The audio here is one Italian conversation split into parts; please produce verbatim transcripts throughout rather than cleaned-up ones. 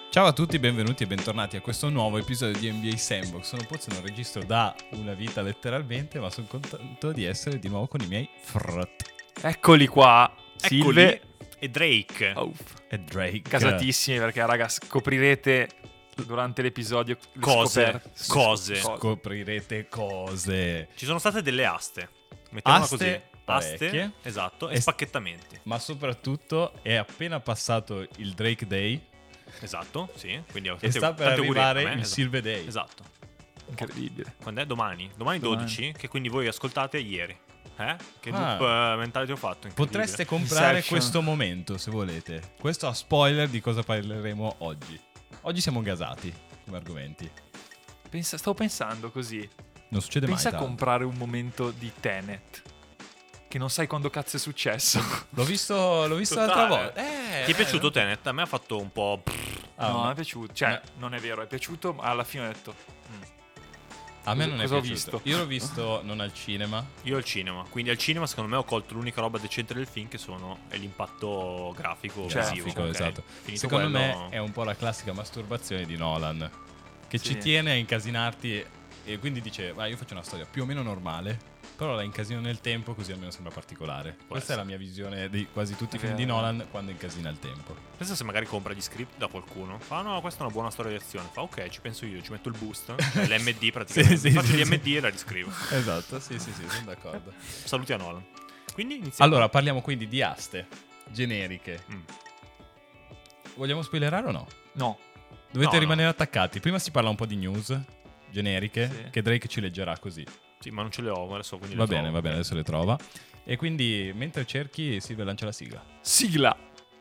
Ciao a tutti, benvenuti e bentornati a questo nuovo episodio di N B A Sandbox. Sono Pozzo, non registro da una vita letteralmente, ma sono contento di essere di nuovo con i miei frati. Eccoli qua, Silve Eccoli. E Drake. oh, E Drake. casatissimi perché raga scoprirete durante l'episodio le Cose, scoperte. cose. Scoprirete cose. Ci sono state delle aste. Mettiamola Aste così. parecchie. Aste, esatto, e, E- spacchettamenti. Ma soprattutto è appena passato il Drake Day Esatto, sì. Quindi e tanti- sta per tanti auguri arrivare a me, il esatto. Silver Day. Esatto. Incredibile. Quando è? Domani? Domani Domani. dodici, che quindi voi ascoltate ieri. Eh? Che Ah. loop eh, mentale ti ho fatto? Incredibile. Potreste comprare Inception. questo momento se volete. Questo a spoiler di cosa parleremo oggi. Oggi siamo gasati come argomenti. Pensa, stavo pensando così. Non succede Pensa a mai tanto. comprare un momento di Tenet che non sai quando cazzo è successo. L'ho visto, l'ho visto l'altra Totale. volta. Eh, Ti è piaciuto Tenet? A me ha fatto un po'... Ah, no, ma- mi è piaciuto. Cioè, ma- non è vero, è piaciuto, ma alla fine ho detto "Mm, A me Cosa- non è cosa ho piaciuto. visto? Io l'ho visto non al cinema. Io al cinema, quindi al cinema secondo me ho colto l'unica roba decente del film che sono è l'impatto grafico Cioè, visivo, Grafico, ok? esatto. Finito Secondo quello- me è un po' la classica masturbazione di Nolan, che Sì. ci tiene a incasinarti e quindi dice, vai, io faccio una storia più o meno normale, però la incasino nel tempo così almeno sembra particolare. Questa essere. è la mia visione di quasi tutti i È film di vero. Nolan quando incasina il tempo. Pensa se magari compra gli script da qualcuno. Fa no, questa è una buona storia di azione. Fa ok, ci penso io, ci metto il boost, cioè l'M D praticamente. Sì, sì, Faccio sì, l'M sì. D e la riscrivo. Esatto, sì, sì, sì, sono d'accordo. Saluti a Nolan. Quindi iniziamo. Allora, parliamo quindi di aste generiche. Mm. Vogliamo spoilerare o no? no". Dovete No, rimanere attaccati. Prima si parla un po' di news generiche Sì. che Drake ci leggerà così. Sì, ma non ce le ho adesso, quindi Va le bene, trovo. va bene, adesso le trova. E quindi mentre cerchi Silvia lancia la sigla. Sigla.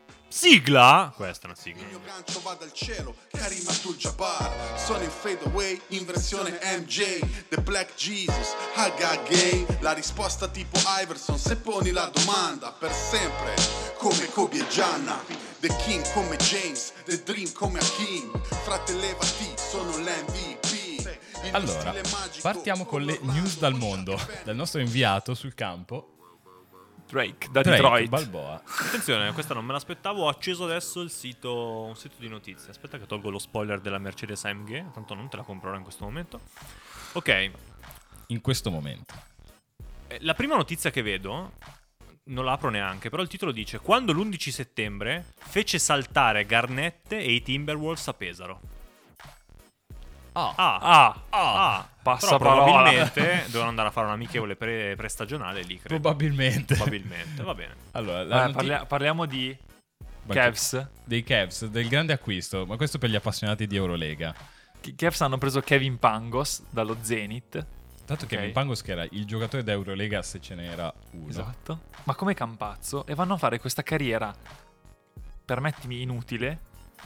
Sigla? Questa è una sigla. Il mio gancio va dal cielo, Karim Abdul-Jabbar. Sono in fade away, in versione M J. The Black Jesus, Haga Gay. La risposta tipo Iverson, se poni la domanda. Per sempre, come Kobe e Gianna. The King come James, The Dream come Hakim. Frate levati, sono l'M V P. Il mio Allora, stile magico, partiamo con le Orlando, news dal mondo. Shaq Dal nostro inviato sul campo, Drake da Drake Detroit. Balboa. Attenzione, questa non me l'aspettavo. Ho acceso adesso il sito, un sito di notizie. Aspetta che tolgo lo spoiler della Mercedes A M G. Tanto non te la comprerò in questo momento. Ok, In questo momento. eh, la prima notizia che vedo, non la apro neanche, però il titolo dice: quando l'undici settembre fece saltare Garnett e i Timberwolves a Pesaro. Ah, Ah, Ah, ah, passa però parola. probabilmente devono andare a fare un'amichevole pre- prestagionale lì, credo. probabilmente. Probabilmente, va bene. Allora, la Eh, noti- parlia- parliamo di Banche- Cavs. dei Cavs, del grande acquisto, ma questo per gli appassionati di Eurolega. I Cavs hanno preso Kevin Pangos dallo Zenit. Tanto Ok. Kevin Pangos che era il giocatore da Eurolega se ce n'era uno. Esatto. Ma come Campazzo. E vanno a fare questa carriera, permettimi, inutile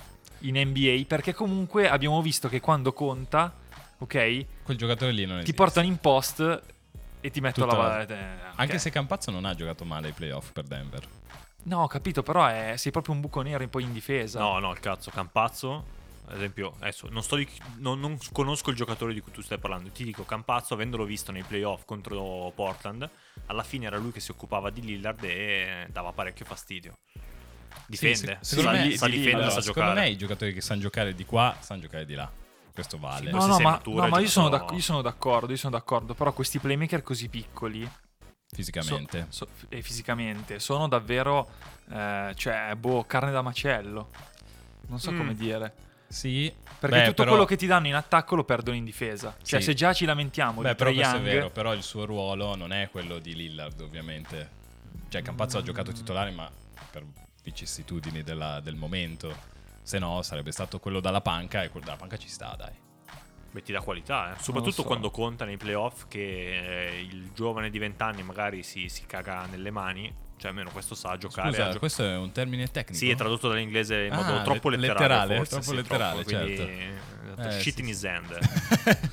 in N B A. Perché comunque abbiamo visto che quando conta, ok, Quel giocatore lì non ti esiste. portano in post e ti metto Tutta la... la- eh, Anche ok. se Campazzo non ha giocato male ai playoff per Denver. No, ho capito, però è... sei proprio un buco nero poi in difesa. No, no, il cazzo, Campazzo. Ad esempio, adesso non, sto di- non, non conosco il giocatore di cui tu stai parlando. Ti dico, Campazzo, avendolo visto nei playoff contro Portland, alla fine era lui che si occupava di Lillard e dava parecchio fastidio. Difende, Sì, se- secondo sa, me- sa di- difendere, Allora, sa secondo giocare. me i giocatori che sanno giocare di qua sanno giocare di là. Questo vale. Sì, No, se no, sei ma, maturo, no, hai ma io, sono giocato- d'acc- io sono d'accordo, io sono d'accordo. Però questi playmaker così piccoli Fisicamente. so- so- e fisicamente sono davvero, eh, cioè, boh, carne da macello. Non so Mm. come dire. Sì. Perché Beh, tutto però- quello che ti danno in attacco lo perdono in difesa. Cioè, Sì. se già ci lamentiamo Beh, di però Trae questo è Young, vero, però il suo ruolo non è quello di Lillard, ovviamente. Cioè, Campazzo ha giocato titolare, ma per vicissitudini della- del momento. Se no, sarebbe stato quello dalla panca, e quello dalla panca ci sta, dai. Metti da qualità, eh. Soprattutto so. quando conta nei playoff che eh, il giovane di venti anni magari si, si caga nelle mani. Cioè, almeno questo sa giocare. Scusa, ha gio- questo è un termine tecnico? Sì, è tradotto dall'inglese in modo Ah, troppo le- letterale. letterale, forse, troppo sì, letterale, troppo, quindi, certo. esatto, Eh, shit sì, in sì. his hand.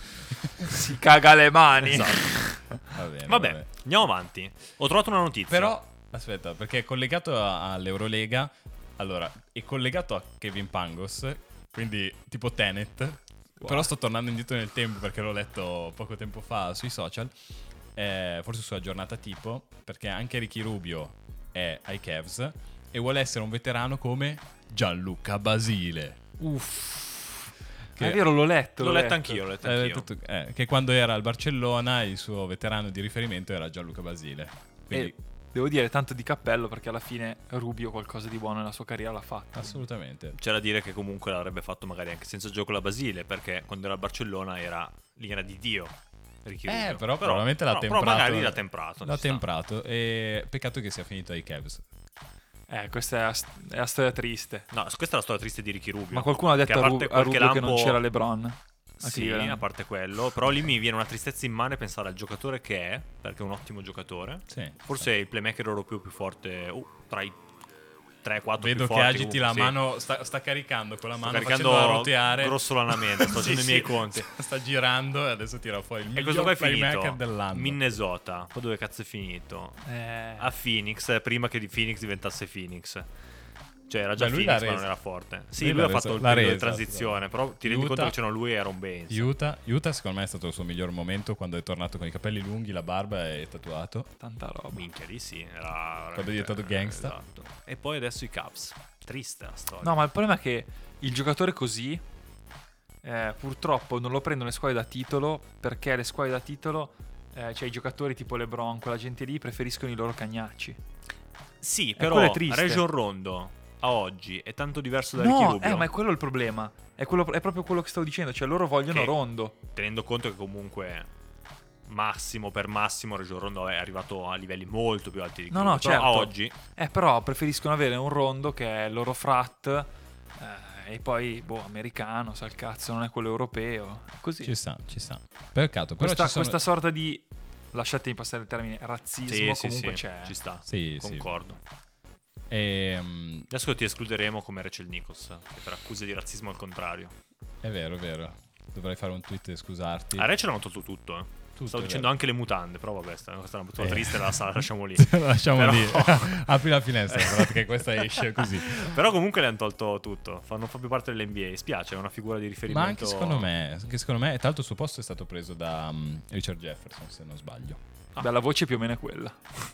si caga le mani. Esatto. Va bene, Vabbè, vabbè. andiamo avanti. Ho trovato una notizia. Però, aspetta, perché è collegato a- all'Eurolega. Allora, è collegato a Kevin Pangos, quindi tipo Tenet. Però sto tornando indietro nel tempo perché l'ho letto poco tempo fa sui social. Eh, forse sulla giornata tipo, perché anche Ricky Rubio è ai Cavs e vuole essere un veterano come Gianluca Basile. Uff. Che- È vero, l'ho letto. L'ho letto anch'io, l'ho letto Eh, anch'io. tutto- eh, che quando era al Barcellona il suo veterano di riferimento era Gianluca Basile. Quindi E devo dire tanto di cappello perché alla fine Rubio qualcosa di buono nella sua carriera l'ha fatto. assolutamente. C'è da dire che comunque l'avrebbe fatto magari anche senza gioco la Basile, perché quando era al Barcellona era l'ira di Dio. Ricky Eh, Rubio. però probabilmente l'ha però, temprato. Però magari l'ha temprato. L'ha ci sta. temprato. E peccato che sia finito ai Cavs. Eh, questa è la, è la storia triste. No, questa è la storia triste di Ricky Rubio. Ma qualcuno ha Che detto a, parte Ru- a qualche Rubio che non lampo- c'era LeBron. A Sì, Cleveland. a parte quello. Però lì mi viene una tristezza immane pensare al giocatore che è, perché è un ottimo giocatore. Sì. Forse è il playmaker europeo più forte uh, tra i tre quattro Vedo più che forti. agiti comunque, la sì. mano, sta, sta caricando con la Sto mano, caricando facendola roteare grossolanamente, sto facendo i miei conti. Sta girando e adesso tira fuori il E miglior questo qua è playmaker finito. dell'anno. Minnesota. Poi dove cazzo è finito? Eh, A Phoenix, prima che di Phoenix diventasse Phoenix. Cioè era già Beh, lui Phoenix l'ha ma non resa. era forte. Sì, Lui lui, l'ha ha fatto resa- il l'ha periodo di resa, transizione, però ti rendi Utah- conto che c'erano lui e Aaron Baines. Utah, Utah secondo me è stato il suo miglior momento quando è tornato con i capelli lunghi, la barba e tatuato. tanta roba. Minchia, lì sì, era Quando è diventato veramente- gangsta. Esatto. E poi adesso i Cavs. Triste la storia. No, ma il problema è che il giocatore così eh, purtroppo non lo prendono le squadre da titolo perché le squadre da titolo, eh, cioè i giocatori tipo LeBron, quella gente lì, preferiscono i loro cagnacci. Sì, quello però è triste. Rajon Rondo a oggi è tanto diverso da Ricky No, Rubio. eh, ma è quello il problema. È, quello- è proprio quello che stavo dicendo. Cioè, loro vogliono Che- Rondo. Tenendo conto che comunque massimo per massimo Rajon Rondo è arrivato a livelli molto più alti di No, Rubio. no, Però certo. a oggi Eh, però preferiscono avere un Rondo che è il loro frat. eh, e poi, boh, americano, sa il cazzo, non è quello europeo. È così. Ci sta, ci sta. Peccato, però questa, ci sono... questa sorta di, lasciatemi passare il termine, razzismo sì, sì, comunque sì, c'è. ci sta. Sì, sì. Concordo. Ehm, Adesso ti escluderemo come Rachel Nichols, che per accuse di razzismo al contrario. è vero, è vero. Dovrei fare un tweet e scusarti. A Rachel hanno tolto tutto, eh. Tutto, Stavo è dicendo vero. anche le mutande, però vabbè, sta- questa è una battuta Eh. triste, la, la lasciamo lì. Lo lasciamo Però- lì. Apri la finestra, guardate che questa esce così. Però comunque le hanno tolto tutto, fanno fa più parte dell'N B A. Spiace, è una figura di riferimento. Ma anche secondo me, anche secondo me, tra l'altro il suo posto è stato preso da um, Richard Jefferson, se non sbaglio. Beh, la voce più o meno è quella.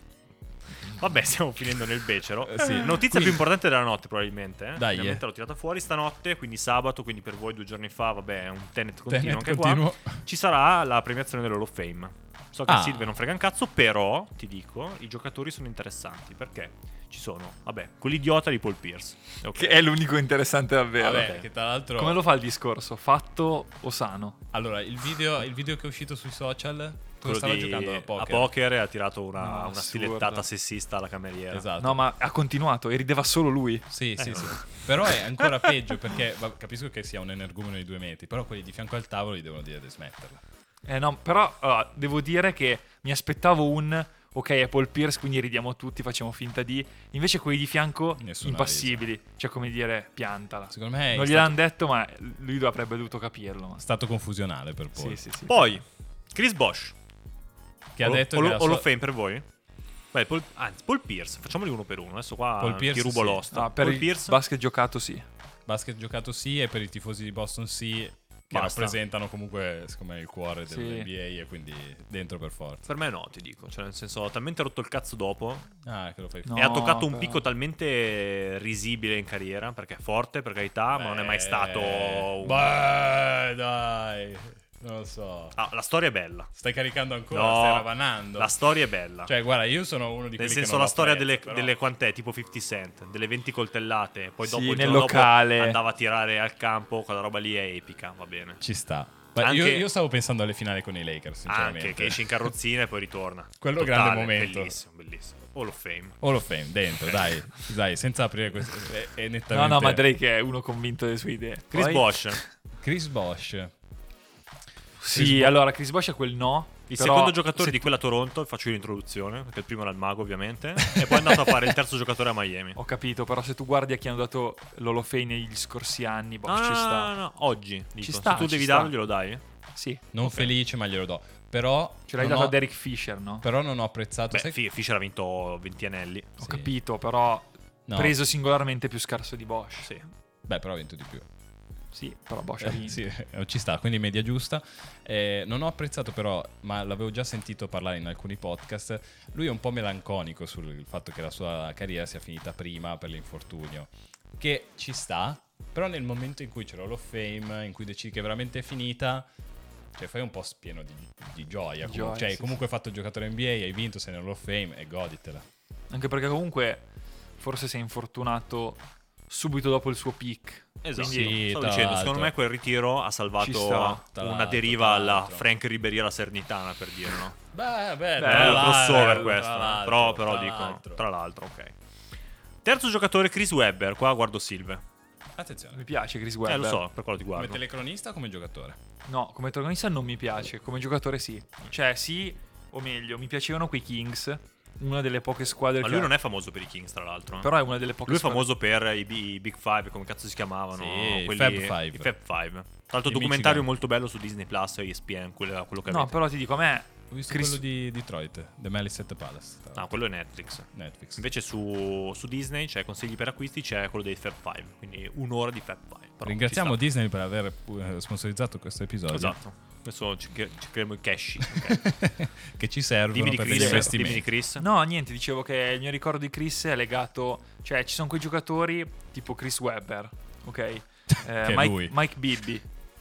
Vabbè, stiamo finendo nel becero. Eh, sì. Notizia Quindi- più importante della notte, probabilmente. Eh? Dai, Finalmente eh. l'ho tirata fuori stanotte, quindi sabato, quindi per voi due giorni fa, vabbè, è un Tenet continuo Tenet anche continuo. qua. Ci sarà la premiazione dell'Hall of Fame. So che Ah. Silve non frega un cazzo, però ti dico, i giocatori sono interessanti perché ci sono, vabbè, quell'idiota di Paul Pierce. Ok. Che è l'unico interessante davvero. Vabbè, ok. che tra l'altro... Come lo fa il discorso? Fatto o sano? Allora, il video, il video che è uscito sui social, tu Quello stava di- giocando a poker. a poker e ha tirato una, No, una assurdo. stilettata sessista alla cameriera. Esatto. No, ma ha continuato e rideva solo lui. Sì, sì, Eh, sì. no. Però è ancora peggio perché va- capisco che sia un energumeno di due metri, però quelli di fianco al tavolo gli devono dire di smetterla. Eh no, però allora, devo dire che mi aspettavo un ok, è Paul Pierce, quindi ridiamo tutti, facciamo finta di. Invece quelli di fianco Nessuno ha impassibili. Cioè, come dire, piantala. Secondo me è Non stato, gliel'hanno detto, ma lui avrebbe dovuto capirlo. ma- stato confusionale per Paul. Sì, sì, sì. Poi, Chris Bosh. Che ha Hall- detto Hall- che la Hall sua- of Fame per voi? Beh, Paul, anzi, Paul Pierce, facciamoli uno per uno. Adesso qua Paul Pierce, ti rubo sì. l'osta. No, per Paul il Pierce, basket giocato, sì. basket giocato sì e per i tifosi di Boston sì, che Basta. rappresentano comunque, secondo me, il cuore Sì. dell'N B A e quindi dentro per forza. per me no, ti dico. Cioè, nel senso, ho talmente rotto il cazzo dopo. Ah, che lo fai No. e ha toccato un però- picco talmente risibile in carriera. Perché è forte, per carità, ma non è mai stato. un- Beh, dai, non lo so. Ah, la storia è bella. Stai caricando ancora, No, stai ravanando. La storia è bella. Cioè, guarda, io sono uno di Nel quelli senso, che non la lo storia apprezzo, delle, però- delle quant'è? Tipo cinquanta Cent, delle venti coltellate. Poi Sì, dopo il nel giorno dopo locale. andava a tirare al campo. Quella roba lì è epica, va bene. Ci sta. Beh, Anche- io, io stavo pensando alle finali con i Lakers, sinceramente. Anche che esce in carrozzina e poi ritorna. Quello Totale, grande momento. Bellissimo, bellissimo. Hall of Fame. Hall of Fame, dentro, dai. Dai, senza aprire questo. È, è No, nettamente... no, ma Drake è uno convinto delle sue idee. Chris Poi- Bosh. Chris Bosh. Sì, allora Chris Bosh è quel no. Il però secondo giocatore se di tu- quella Toronto, faccio io l'introduzione, perché il primo era il mago ovviamente, e poi è andato a fare il terzo giocatore a Miami. Ho capito, però se tu guardi a chi hanno dato l'Hall of Fame negli scorsi anni, Bosh No, ci no, sta. no, no, no, oggi. Dico. sta, Se tu ci devi sta. darlo, glielo dai? Sì. Non Ok. felice, ma glielo do. Però. Ce l'hai non dato ho- a Derek Fisher, no? Però non ho apprezzato. Beh, sai- Fi- Fisher ha vinto venti anelli. Ho sì. capito, però No. preso singolarmente più scarso di Bosh. Sì. Beh, però ha vinto di più. Sì, però Bosh ha Eh, vinto. sì, eh, ci sta, quindi media giusta. Eh, non ho apprezzato però, ma l'avevo già sentito parlare in alcuni podcast, lui è un po' melanconico sul fatto che la sua carriera sia finita prima per l'infortunio, che ci sta, Però nel momento in c'è l'Hall of Fame, in cui decidi che è veramente finita, cioè fai un po' spieno di, di gioia. Di comunque. gioia, Cioè sì, comunque hai fatto il giocatore N B A, hai vinto, sei nell'Hall of Fame e goditela. Anche perché comunque forse si è infortunato subito dopo il suo peak. Esatto, Sì, sì, stavo tra dicendo, l'altro. secondo me quel ritiro ha Ci salvato sta. Tra una l'altro, deriva tra alla l'altro. Frank Ribery alla Sernitana, per dire, no? Beh, beh, Beh, tra È un l'altro, crossover tra questo, eh. l'altro, però, però tra dico, l'altro. tra l'altro, ok. Terzo giocatore Chris Webber, qua guardo Silve. Attenzione. Mi piace Chris Webber. Eh, lo so, per quello ti Come guardo. telecronista o come giocatore? No, come protagonista non mi piace, come giocatore sì. Cioè sì, o meglio, mi piacevano quei Kings, una delle poche squadre Ma che lui non è famoso per i Kings, tra l'altro. eh. Però è una delle poche Lui è squadre. famoso per i, B- i Big Five, come cazzo si chiamavano? Sì, i quelli, Fab Five. I Fab Five. Tra l'altro, Di documentario Michigan. molto bello su Disney Plus e E S P N, quello, quello che No, avete. però ti dico, a me Ho visto Chris- quello di Detroit, The Malice at the Palace. tra No, l'altro. quello è Netflix. Netflix. Invece su, su Disney c'è consigli per acquisti, c'è quello dei Fab Five, quindi un'ora di Fab Five. Però Ringraziamo ci Disney per aver eh, sponsorizzato questo episodio. sta. Esatto. Adesso ci ci cercheremo i cash. ok. Che ci servono Dimmi di per gli Chris. investimenti. Dimmi di Chris. No, niente, dicevo che il mio ricordo di Chris è legato, cioè ci sono quei giocatori tipo Chris Webber, ok? Eh, è Mike, lui. Mike Bibby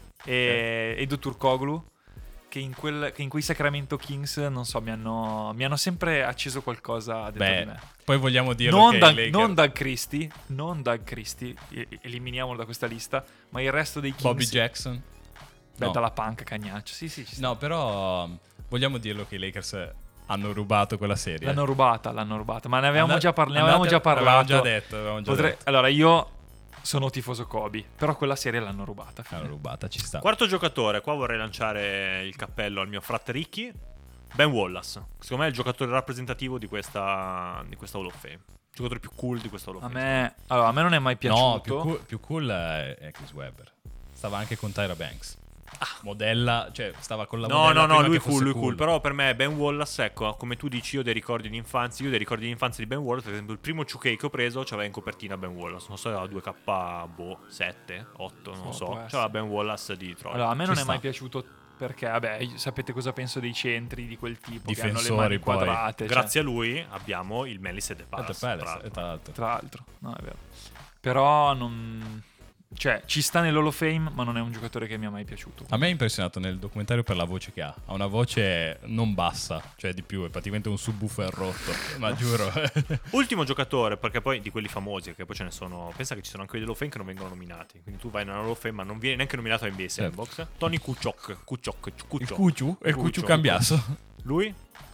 e Edo Turkoglu che in, quel, che in quei Sacramento Kings, non so, mi hanno, mi hanno sempre acceso qualcosa dentro Beh, di me. poi vogliamo dirlo Non, che Doug, i Lakers- non Doug Christie, non Doug Christie, e- eliminiamolo da questa lista, ma il resto dei Kings. Bobby Jackson. Beh, No. dalla punk cagnaccio, sì sì, ci sta. No, però um, vogliamo dirlo che i Lakers hanno rubato quella serie. L'hanno rubata, l'hanno rubata, ma ne avevamo Andate- già, par- ne andate- avevamo già parlato. Avevamo già detto, avevamo già Potrei- detto. Allora, io sono tifoso Kobe, però quella serie l'hanno rubata. fine. L'hanno rubata, ci sta. Quarto giocatore, qua vorrei lanciare il cappello al mio frate Ricky. Ben Wallace. Secondo me è il giocatore rappresentativo di questa, di questa Hall of Fame. Il giocatore più cool di questa Hall of A Fame. me, allora, a me non è mai piaciuto. No, più cool, più cool è è Chris Webber. Stava anche con Tyra Banks. Modella, cioè stava con la No, modella no, no, prima lui che cool, fosse lui cool. Però per me Ben Wallace, ecco, come tu dici, io ho dei ricordi di infanzia. Io ho dei ricordi di infanzia di Ben Wallace. Per esempio, il primo two K che ho preso c'aveva in copertina Ben Wallace. Non so, era due K boh, sette, otto, non Oh, so. può C'era essere. Ben Wallace di Detroit. Allora, a me Ci non è sta. mai piaciuto perché, vabbè, io- sapete cosa penso dei centri di quel tipo che hanno le Difensori, mani poi. quadrate. cioè, Grazie a lui abbiamo il Malice at the At Palace. the Palace, tra l'altro. e tra l'altro. tra l'altro, no, è vero. Però non... Cioè, ci sta nell'Hall of Fame, ma non è un giocatore che mi ha mai piaciuto. A me è impressionato nel documentario per la voce che ha. Ha una voce non bassa, cioè di più, è praticamente un subwoofer rotto, ma giuro. Ultimo giocatore, perché poi di quelli famosi, che poi ce ne sono. Pensa che ci sono anche quelli dell'Hall of Fame che non vengono nominati. Quindi tu vai nella Hall of Fame, ma non viene neanche nominato a N B A Sandbox. Tony Kuchok. Kuchok. Il Kuchok. Cuciu? È il Cuciu Cuciu. cambiasso? Lui?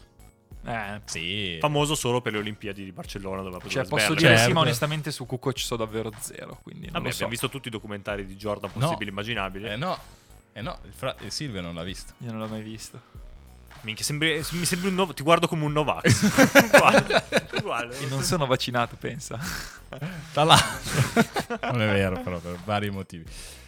Eh, Sì. Famoso solo per le Olimpiadi di Barcellona, dove ha preso cioè, le posso sberle. dire sì, Certo. ma onestamente su Kukoc so davvero zero, quindi non Vabbè, lo so. abbiamo visto tutti i documentari di Jordan No. possibili e immaginabili. Eh no, eh no, il, fra- il Silvio non l'ha visto. Io non l'ho mai visto. Minchia, sembri, mi sembri un Nov- ti guardo come un Novax. Uguale. Uguale. E non sono vaccinato, pensa. Tra l'altro. Non è vero, però, per vari motivi.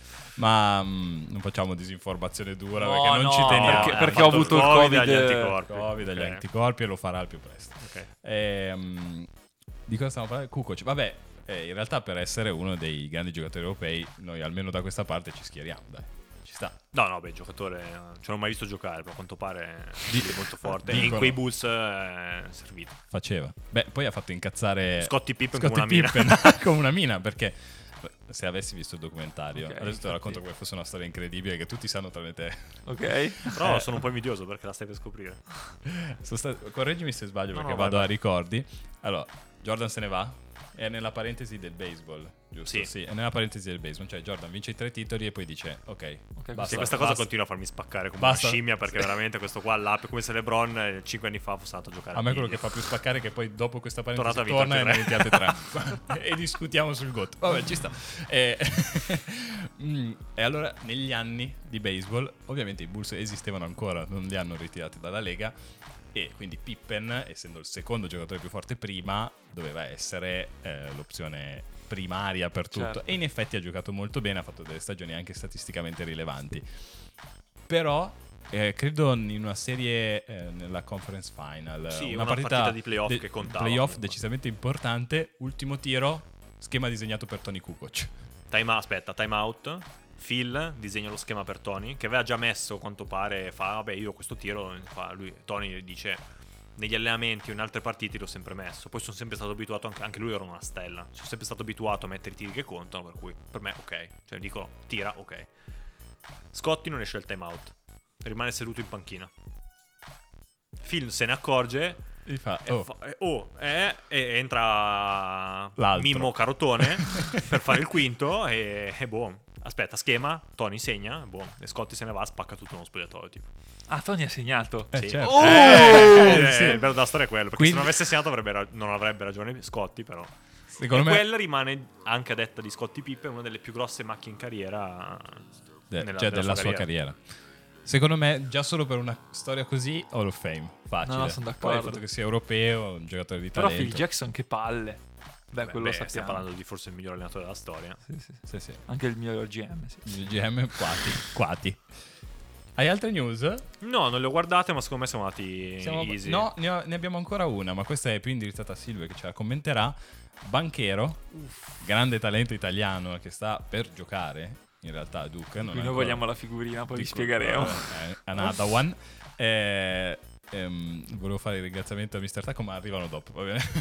Ma mm, non facciamo disinformazione dura No, perché non no, ci teniamo. perché- ha perché fatto ho avuto il Covid. agli anticorpi. Covid agli Ok. anticorpi e lo farà al più presto. Ok. Ehm, di cosa stiamo parlando? Kukoc. Vabbè, eh, in realtà per essere uno dei grandi giocatori europei, noi almeno da questa parte ci schieriamo, dai. Ci sta. No, no, beh, giocatore. eh, Non ci ho mai visto giocare, però a quanto pare Di- è molto forte. E in dicono. quei Bulls è servito. Faceva. Beh, poi ha fatto incazzare Scottie Pippen Scottie come una mina. Pippen come una mina, perché se avessi visto il documentario, Ok, adesso ti infatti. racconto come fosse una storia incredibile che tutti sanno tranne te. Ok? Però sono un po' invidioso perché la stai per scoprire. Sono stato- correggimi se sbaglio No, perché no, vado vai, a vai. ricordi. Allora, Jordan se ne va. È nella parentesi del baseball, giusto? Sì. È nella parentesi del baseball. Cioè Jordan vince i tre titoli e poi dice ok, Ok, basta, Sì, questa cosa basta. continua a farmi spaccare come Basta. una scimmia perché veramente questo qua all'app, come se LeBron eh, cinque anni fa fosse andato a giocare A me quello Piglia. che fa più spaccare è che poi dopo questa parentesi Tornato a torna e vincere ne iniziate tre e discutiamo sul GOAT. Vabbè, ci sta. E, Mm, e allora negli anni di baseball, ovviamente i Bulls esistevano ancora, non li hanno ritirati dalla Lega e quindi Pippen, essendo il secondo giocatore più forte prima, doveva essere eh, l'opzione primaria per tutto. Certo. E in effetti ha giocato molto bene, ha fatto delle stagioni anche statisticamente rilevanti. Però eh, credo in una serie eh, nella conference final, Sì, una, una partita di playoff che contava, playoff comunque. decisamente importante, ultimo tiro, schema disegnato per Tony Kukoc. Time, aspetta, time out. Phil disegna lo schema per Tony, che aveva già messo, a quanto pare, fa, vabbè, io questo tiro, fa, lui, Tony dice, negli allenamenti o in altre partite l'ho sempre messo. Poi sono sempre stato abituato, anche, anche lui era una stella, sono sempre stato abituato a mettere i tiri che contano, per cui per me ok, cioè dico tira, ok. Scotty non esce il time out, rimane seduto in panchina. Phil se ne accorge Gli fa, e oh, fa- e- oh, eh, e entra L'altro. Mimmo Carotone per fare il quinto e, e boh, aspetta, schema, Tony segna, boh, e Scotty se ne va, spacca tutto uno spogliatoio tipo. Ah, Tony ha segnato. eh, sì. certo. Oh! Eh, sì. il bello della storia è quello, perché Quindi- se non avesse segnato avrebbe ra- non avrebbe ragione Scotty, però. Secondo e me quella rimane, anche a detta di Scottie Pippen, una delle più grosse macchie in carriera de- nella, cioè nella della sua carriera. Secondo me, già solo per una storia così, Hall of Fame. Facile. No, sono Poi d'accordo. il fatto che sia europeo, un giocatore di Però talento. Phil Jackson che palle. Beh, Beh, quello beh, sappiamo. stiamo parlando di forse il miglior allenatore della storia. Sì, sì, sì. Sì, sì. Anche il miglior G M, sì. Il G M quati. quati. Hai altre news? No, non le ho guardate, ma secondo me siamo andati Siamo- easy. No, ne, ho- ne abbiamo ancora una, ma questa è più indirizzata a Silvia che ce la commenterà. Banchero, grande talento italiano che sta per giocare in realtà a Duke. Non Qui noi ancora- vogliamo la figurina, poi vi Dico, spiegheremo. eh, another one. Eh, ehm, volevo fare il ringraziamento a mister Tacco, ma arrivano dopo, va bene?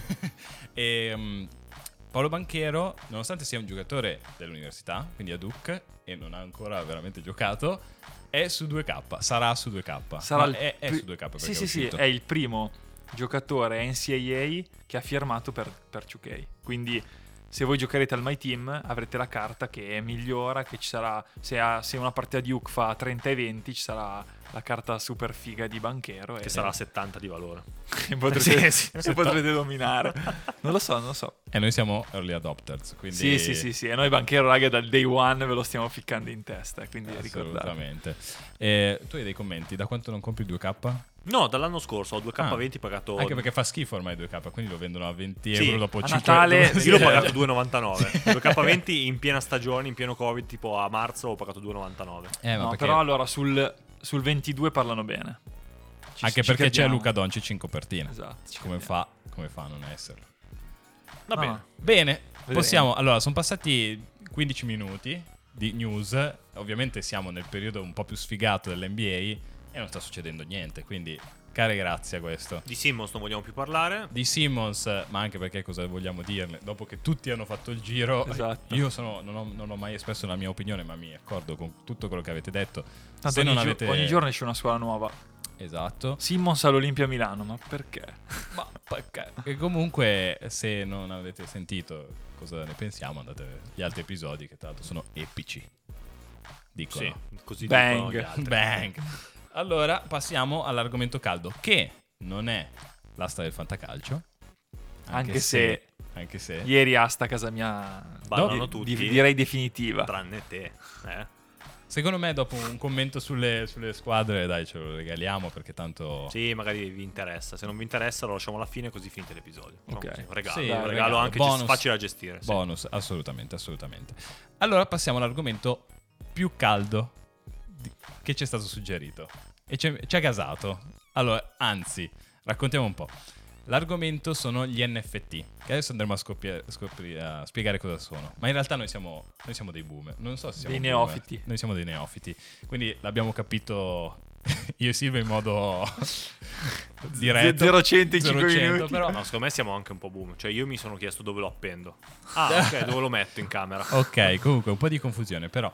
e, ehm, Paolo Banchero, nonostante sia un giocatore dell'università, quindi a Duke, e non ha ancora veramente giocato, è su due K, sarà su due K. Sarà Ma il è, è pri- su due K perché Sì, è sì, sì, uscito. è il primo giocatore N C A A che ha firmato per, per two K. Quindi se voi giocherete al My Team avrete la carta che migliora, che ci sarà, se, ha- se una partita di Duke fa trenta e venti ci sarà la carta super figa di Banchero Che e sarà settanta di valore. e potrete, Sì, sì, e settanta. potrete dominare. Non lo so, non lo so. E noi siamo early adopters, quindi... Sì, sì, sì, sì. E noi Banchero, raga, dal day one ve lo stiamo ficcando in testa, quindi ricordate. Assolutamente. Eh, tu hai dei commenti? Da quanto non compri due K? No, dall'anno scorso ho due K Ah. venti pagato. Anche perché fa schifo ormai due K, quindi lo vendono a venti Sì, euro dopo a cinque Natale- due- Io l'ho Sì. pagato due e novantanove. due K venti in piena stagione, in pieno Covid, tipo a marzo ho pagato due e novantanove. Eh, ma No, perché- però allora sul, sul ventidue parlano bene. Ci- Anche ci perché c'è crediamo. Luca Doncic in copertina. Esatto. ci Come crediamo. fa, come fa a non esserlo? Va No, bene. Bene, Vedremo. possiamo. Allora, sono passati quindici minuti di news. Ovviamente siamo nel periodo un po' più sfigato dell'N B A e non sta succedendo niente. Quindi, care grazie a questo. Di Simmons non vogliamo più parlare. Di Simmons, ma anche perché cosa vogliamo dirne? Dopo che tutti hanno fatto il giro, Esatto. io sono, non, ho, non ho mai espresso la mia opinione, ma mi accordo con tutto quello che avete detto. Tanto Se ogni, non gio- avete... ogni giorno esce una scuola nuova. Esatto. Simmons all'Olimpia Milano, ma perché? Ma perché? E comunque, se non avete sentito cosa ne pensiamo, andate agli altri episodi che tra l'altro sono epici. Dicono. Sì, così Bang. dicono gli altri. Bang. Allora, passiamo all'argomento caldo, che non è l'asta del fantacalcio. Anche se- Anche se... Ieri asta a casa mia Ballano di- tutti. di- direi definitiva. Tranne te. Eh? Secondo me, dopo un commento sulle, sulle squadre, dai, ce lo regaliamo perché tanto... Sì, magari vi interessa. Se non vi interessa lo lasciamo alla fine così finite l'episodio. Ok. Diciamo così, un regalo, Sì, un dai, regalo regalo. anche Bonus. gest- facile da gestire. sì. Bonus, assolutamente, assolutamente. Allora passiamo all'argomento più caldo di- che ci è stato suggerito. E ci ci ha gasato. Allora, anzi, raccontiamo un po'. L'argomento sono gli N F T, che adesso andremo a, scoppia- scopri- a spiegare cosa sono. Ma in realtà noi siamo, noi siamo dei boomer. Non so se siamo Dei boomer. neofiti. Noi siamo dei neofiti. Quindi l'abbiamo capito io e Silvia in modo diretto. zero cento in zero cinque cento, minuti. però... No, secondo me siamo anche un po' boom. Cioè, io mi sono chiesto dove lo appendo. Ah, ok, dove lo metto in camera? Ok, comunque un po' di confusione, però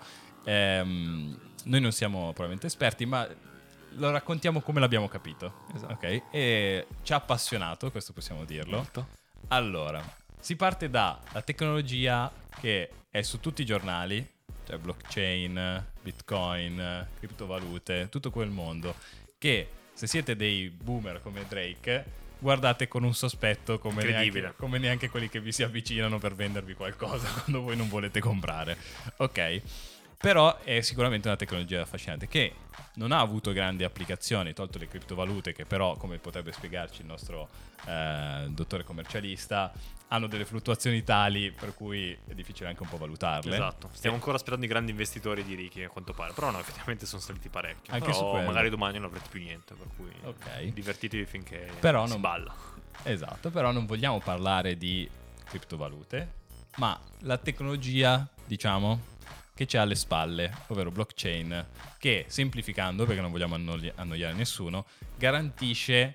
ehm, noi non siamo probabilmente esperti, ma lo raccontiamo come l'abbiamo capito. Esatto. Ok? E ci ha appassionato, questo possiamo dirlo. Molto. Allora, si parte dalla tecnologia che è su tutti i giornali, cioè blockchain, bitcoin, criptovalute, tutto quel mondo, che se siete dei boomer come Drake, guardate con un sospetto come Incredibile. neanche, come neanche quelli che vi si avvicinano per vendervi qualcosa quando voi non volete comprare. Ok? Però è sicuramente una tecnologia affascinante che non ha avuto grandi applicazioni, tolto le criptovalute che però, come potrebbe spiegarci il nostro eh, dottore commercialista, hanno delle fluttuazioni tali per cui è difficile anche un po' valutarle. Esatto. Stiamo ancora aspettando i grandi investitori di ricchi, a quanto pare. Però no, effettivamente sono saliti parecchio. Anche Però su quello. magari domani non avrete più niente, per cui Ok. divertitevi finché Però si non- balla. Esatto, però non vogliamo parlare di criptovalute, ma la tecnologia, diciamo, che c'è alle spalle, ovvero blockchain, che semplificando, perché non vogliamo annoi- annoiare nessuno, garantisce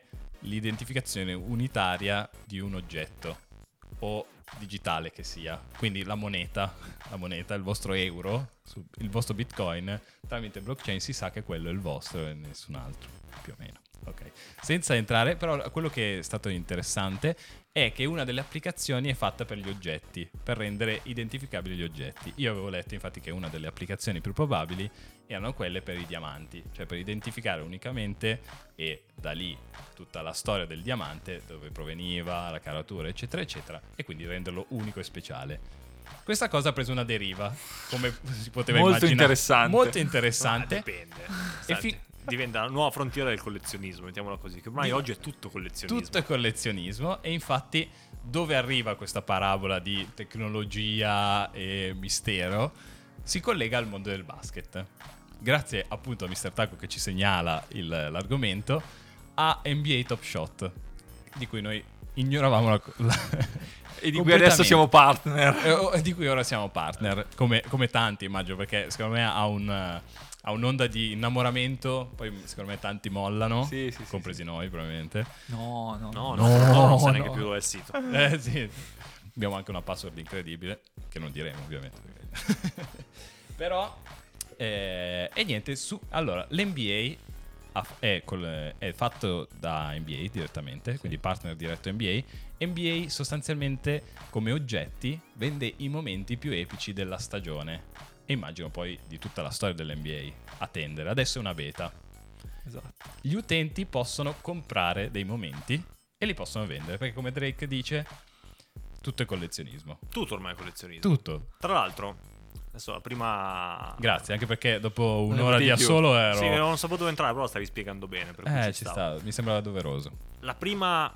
l'identificazione unitaria di un oggetto o digitale che sia, quindi la moneta, la moneta, il vostro euro, il vostro bitcoin, tramite blockchain si sa che quello è il vostro e nessun altro, più o meno. Ok. Senza entrare, però quello che è stato interessante è che una delle applicazioni è fatta per gli oggetti, per rendere identificabili gli oggetti. Io avevo letto infatti che una delle applicazioni più probabili erano quelle per i diamanti, cioè per identificare unicamente, e da lì tutta la storia del diamante, dove proveniva, la caratura, eccetera, eccetera, e quindi renderlo unico e speciale. Questa cosa ha preso una deriva, come si poteva Molto immaginare. interessante. Molto interessante. Ah, dipende. E Senti, fi- diventa la nuova frontiera del collezionismo, mettiamola così, che ormai Di- oggi è tutto collezionismo. Tutto è collezionismo, e infatti dove arriva questa parabola di tecnologia e mistero si collega al mondo del basket. Grazie appunto a mister Taco che ci segnala il, l'argomento, a N B A Top Shot, di cui noi ignoravamo la, la E di cui adesso siamo partner. e, o- e di cui ora siamo partner, come, come tanti immagino, perché secondo me ha un... ha un'onda di innamoramento, poi secondo me tanti mollano, Sì, sì, sì, compresi noi probabilmente. No, no, No, No, no, no, non sa no. neanche più dove è il sito. Eh sì, abbiamo anche una password incredibile, che non diremo ovviamente. Però, eh, e niente, su, allora, l'N B A ha- è, col- è fatto da N B A direttamente, quindi partner diretto N B A. N B A sostanzialmente come oggetti vende i momenti più epici della stagione, e immagino poi di tutta la storia dell'N B A a tendere. Adesso è una beta. Esatto. Gli utenti possono comprare dei momenti e li possono vendere, perché come Drake dice, tutto è collezionismo. Tutto ormai è collezionismo. Tutto. Tra l'altro, adesso la prima... Grazie, anche perché dopo ne un'ora di potevi più. assolo ero... Sì, non sapevo dove entrare, però stavi spiegando bene. Per cui eh, ci ci stavo. sta, mi sembrava doveroso. La prima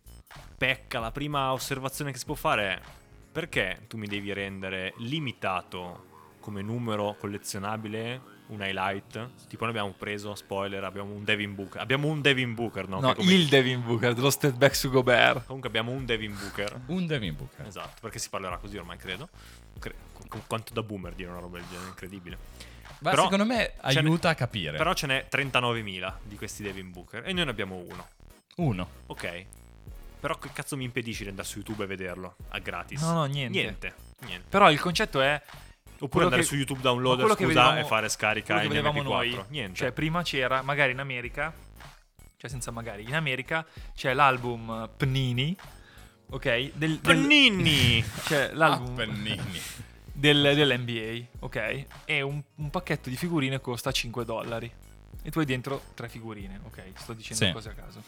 pecca, la prima osservazione che si può fare è: perché tu mi devi rendere limitato come numero collezionabile un highlight? Tipo noi abbiamo preso, spoiler, abbiamo un Devin Booker. Abbiamo un Devin Booker, no? No, Che come- il Devin Booker, dello step back su Gobert. Comunque abbiamo un Devin Booker. Un Devin Booker. Esatto, perché si parlerà così ormai, credo. Cre- qu- quanto da boomer dire una roba del genere, incredibile. Ma Però secondo me ce n'è- aiuta a capire. Però ce n'è trentanovemila di questi Devin Booker e noi ne abbiamo uno. Uno. Ok. Però che cazzo mi impedisci di andare su YouTube e vederlo a gratis? No, no, niente. Niente, niente. Però il concetto è... Oppure quello andare che- su YouTube ma Downloader, quello che scusa, vedevamo- e fare scarica quello in che vedevamo M P quattro. noi, Niente. cioè prima c'era, magari in America, cioè senza magari, in America c'è l'album Pnini, ok? Del, del- Pannini! C'è l'album Pennini. del, dell'N B A, ok? E un, un pacchetto di figurine costa cinque dollari. E tu hai dentro tre figurine, ok? Sto dicendo Sì. cose a caso.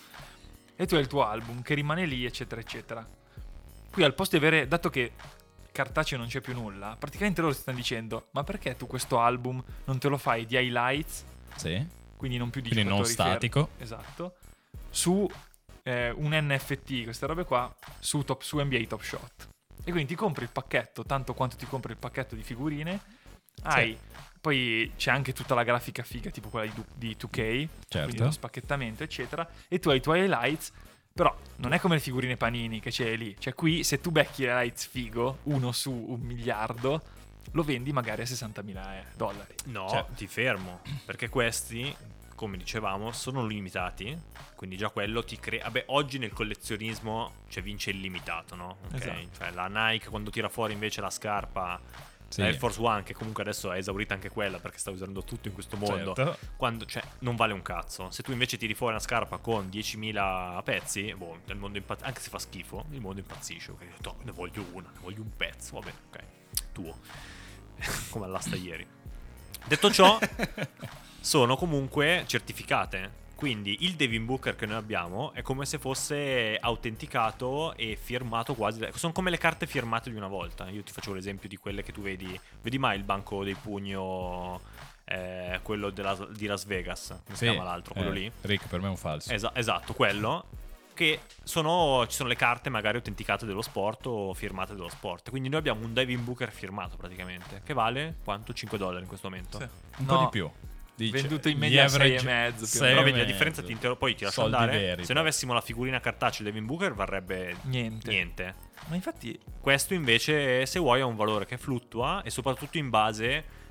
E tu hai il tuo album che rimane lì, eccetera, eccetera. Qui al posto di avere, dato che cartaceo non c'è più nulla, praticamente loro ti stanno dicendo: ma perché tu questo album non te lo fai di highlights, Sì. quindi non più di Quindi non giocatori fermi, statico. esatto, su eh, un N F T, queste robe qua, su, top, su N B A Top Shot. E quindi ti compri il pacchetto, tanto quanto ti compri il pacchetto di figurine, hai... Poi c'è anche tutta la grafica figa, tipo quella di, du- di due K, quindi Certo. lo spacchettamento, eccetera. E tu hai i tuoi highlights, però non è come le figurine panini che c'è lì. Cioè qui, se tu becchi highlights figo, uno su un miliardo, lo vendi magari a sessantamila dollari. No, Cioè- ti fermo. Perché questi, come dicevamo, sono limitati. Quindi già quello ti crea... Vabbè, oggi nel collezionismo cioè, vince il limitato, no? Ok? Esatto. Cioè la Nike quando tira fuori invece la scarpa... Sì. La Air Force One, che comunque adesso è esaurita anche quella perché sta usando tutto in questo mondo, Certo. quando, cioè, non vale un cazzo. Se tu invece tiri fuori una scarpa con diecimila pezzi, boh, il mondo impazz- anche se fa schifo, il mondo impazzisce. Ok, to, ne voglio una, ne voglio un pezzo, va bene, ok, tuo. Come all'asta ieri. Detto ciò, sono comunque certificate. Quindi il Devin Booker che noi abbiamo è come se fosse autenticato e firmato quasi. Sono come le carte firmate di una volta. Io ti faccio l'esempio di quelle che tu vedi. Vedi mai il banco dei pugno, eh, quello della- di Las Vegas? Come si Sì. chiama l'altro? Quello Eh, lì? Rick, per me è un falso. Esa- esatto, quello. Che sono, ci sono le carte magari autenticate dello sport o firmate dello sport. Quindi noi abbiamo un Devin Booker firmato praticamente. Che vale quanto? cinque dollari in questo momento. Un No, po' di più. Dice, venduto in gli media a sei average- e mezzo, più o sei meno. Però e vedi la mezzo. differenza, ti inter- poi ti lascio Soldi andare. veri, Se poi. noi avessimo la figurina cartacea di Devin Booker varrebbe Niente. niente. Ma infatti, Questo invece, se vuoi, ha un valore che fluttua e soprattutto in base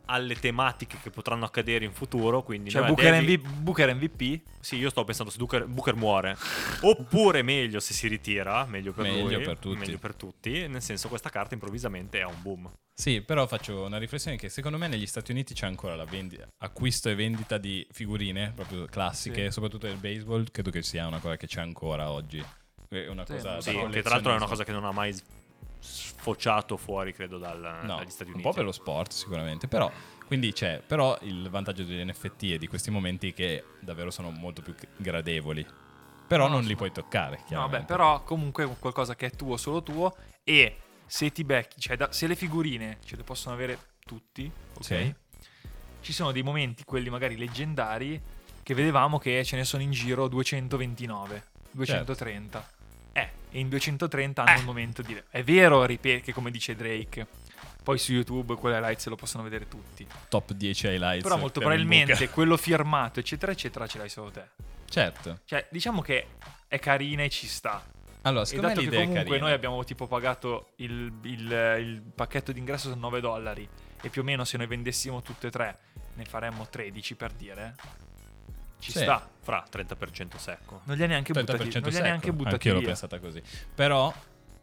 alle tematiche che potranno accadere in futuro. Quindi Cioè noi a Booker, Devi- M V Booker M V P. Sì, io sto pensando se Booker, Booker muore. Oppure meglio se si ritira. Meglio per Meglio lui. per tutti. Meglio per tutti. Nel senso, questa carta improvvisamente è un boom. Sì, però faccio una riflessione che secondo me negli Stati Uniti c'è ancora la vendita, acquisto e vendita di figurine proprio classiche, Sì. soprattutto del baseball, credo che sia una cosa che c'è ancora oggi. È una Sì, cosa Sì, da che tra l'altro è una collezionismo. cosa che non ha mai sfociato fuori, credo, dal- No, dagli Stati un Uniti. po' per lo sport sicuramente, però quindi c'è, però il vantaggio degli N F T e di questi momenti è che davvero sono molto più gradevoli. Però No, non sono- li puoi toccare, No, chiaramente. beh, però comunque è qualcosa che è tuo, solo tuo. E se ti becchi, cioè da- se le figurine ce le possono avere tutti, ok? Sì. Ci sono dei momenti, quelli magari leggendari, che vedevamo che ce ne sono in giro duecentoventinove, duecentotrenta. Eh, e in duecentotrenta hanno Eh. il momento di... È vero, ripeto, che come dice Drake, poi su YouTube quelle highlight se lo possono vedere tutti. Top dieci highlights. Però molto per un probabilmente Booker. quello firmato, eccetera, eccetera, ce l'hai solo te. Certo. Cioè, diciamo che è carina e ci sta. Allora, E secondo me dato che l'idea è comunque carina. noi abbiamo tipo pagato il, il- il pacchetto d'ingresso sono nove dollari e più o meno se noi vendessimo tutte e tre ne faremmo tredici per dire. Ci Sì. sta. Fra trenta per cento secco. Non li ha neanche trenta buttati, per cento non li ha neanche secco. buttati Anch'io l'ho via. pensata così. Però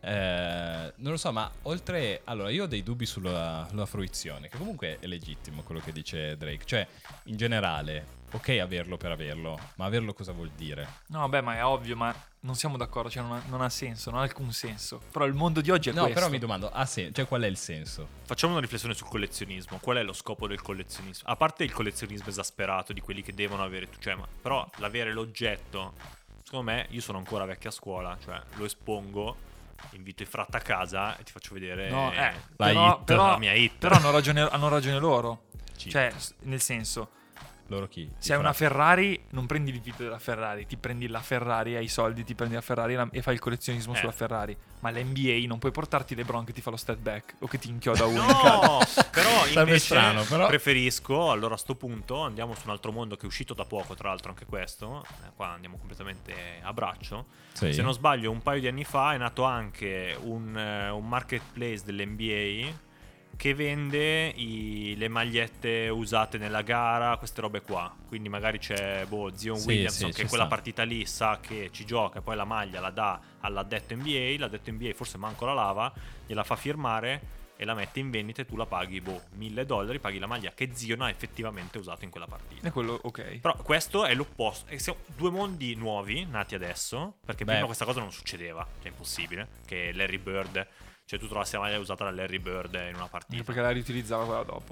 eh, non lo so, ma oltre, allora io ho dei dubbi sulla, sulla fruizione, che comunque è legittimo quello che dice Drake. Cioè, in generale, ok averlo per averlo, ma averlo cosa vuol dire? No, beh, ma è ovvio, ma non siamo d'accordo, cioè non ha, non ha senso, non ha alcun senso. Però il mondo di oggi è No, questo. però mi domando, ha sen- cioè qual è il senso? Facciamo una riflessione sul collezionismo. Qual è lo scopo del collezionismo? A parte il collezionismo esasperato di quelli che devono avere, cioè, ma, però l'avere l'oggetto, secondo me, io sono ancora vecchia scuola, cioè lo espongo, invito i frat a casa e ti faccio vedere No, eh, La però, hit, però- la mia hit. però hanno ragione, hanno ragione loro. Cheat. Cioè, s- nel senso, Loro chi? se hai una Ferrari, non prendi il video della Ferrari, ti prendi la Ferrari, hai i soldi, ti prendi la Ferrari la- e fai il collezionismo Eh. sulla Ferrari. Ma l'N B A non puoi portarti LeBron che ti fa lo step back o che ti inchioda uno in casa. No, però Sarebbe invece strano, però. preferisco, allora a sto punto andiamo su un altro mondo che è uscito da poco, tra l'altro anche questo, eh, qua andiamo completamente a braccio. Sì. Se non sbaglio un paio di anni fa è nato anche un, eh, un marketplace dell'N B A che vende i- le magliette usate nella gara, queste robe qua. Quindi magari c'è boh, Zion Sì, Williamson sì, che ci quella sta. partita lì sa che ci gioca e poi la maglia la dà all'addetto N B A, l'addetto N B A forse manco la lava, gliela fa firmare e la mette in vendita e tu la paghi boh, mille dollari, paghi la maglia che Zion ha effettivamente usato in quella partita. E quello, ok. Però questo è l'opposto, e siamo due mondi nuovi nati adesso, perché Beh. prima questa cosa non succedeva, cioè è impossibile, che Larry Bird, cioè tu trovassi la maglia usata da Larry Bird in una Anche partita, perché la riutilizzava quella dopo.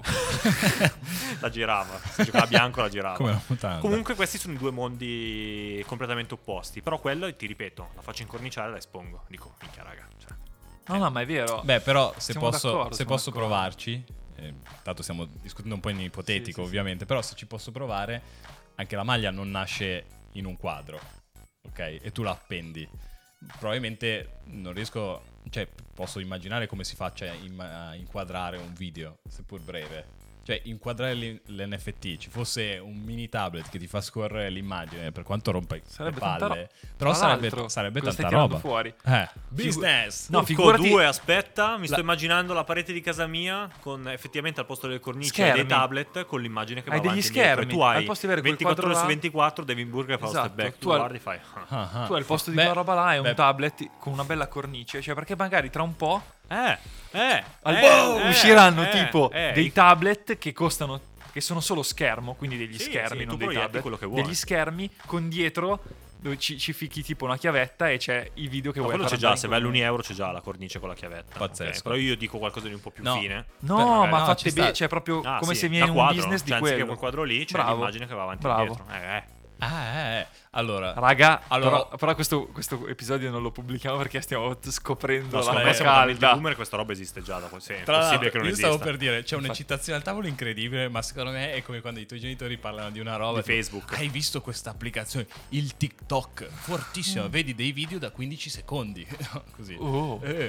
la girava, se giocava bianco la girava. Come una mutanda. Comunque questi sono i due mondi completamente opposti, però quello, ti ripeto, la faccio incorniciare e la espongo, dico, minchia raga, cioè, No, no, ma è vero. Beh, però se Siamo posso, d'accordo, se siamo posso d'accordo. provarci, eh, tanto stiamo discutendo un po' in ipotetico Sì, sì, sì. ovviamente, però se ci posso provare, anche la maglia non nasce in un quadro, ok? E tu la appendi. Probabilmente non riesco, cioè posso immaginare come si faccia in- a inquadrare un video, seppur breve. Cioè, inquadrare l'I- l'N F T, ci fosse un mini tablet che ti fa scorrere l'immagine, per quanto rompa i Sarebbe le palle, tanta ro- però Tra sarebbe, l'altro, sarebbe cosa tanta stai tirando roba. fuori? Eh, business! No, Urco figurati- due, aspetta, mi sto La- immaginando la parete di casa mia con effettivamente al posto delle cornici Schermi. e dei tablet con l'immagine che va Hai degli avanti e indietro. schermi, E tu hai al posto di avere quel ventiquattro ore quadro su là- ventiquattro Devin Booker che fa lo Esatto, step back, tu tu al- guardi e fai ah. Ah, ah. Tu al posto di Beh, quella roba là hai un beh, tablet con una bella cornice, cioè perché magari tra un po' Eh, eh, al- eh, eh, usciranno eh, tipo eh, dei i- tablet che costano, che sono solo schermo, quindi degli Sì, schermi, sì, non tu dei proietti tablet, quello che vuoi. degli schermi con dietro dove ci, ci fichi tipo una chiavetta e c'è i video che No, vuoi quello far c'è già, andare se in vai comune. all'Uni Euro c'è già la cornice con la chiavetta. Pazzesco. ok? Però io dico qualcosa di un po' più No. fine. No, Beh, magari- ma no, fate ci sta. bene, cioè proprio Ah, come sì, se viene da un quadro, business di cioè, anziché quello. quel quadro lì c'è Bravo. l'immagine che va avanti Bravo. e indietro. Eh, eh. Ah, eh, eh. Allora, Raga, Allora- però, però questo, questo episodio non lo pubblichiamo perché stiamo t- scoprendo No, la secondo me cosa siamo talmente calda. boomer, questa roba esiste già da sì, è tra l'altro, impossibile che non io esista. stavo per dire, c'è un'eccitazione al tavolo incredibile, ma secondo me è come quando i tuoi genitori parlano di una roba Di tipo, Facebook. Hai visto questa applicazione? Il TikTok, fortissimo, vedi dei video da quindici secondi. No, così. Oh. Eh,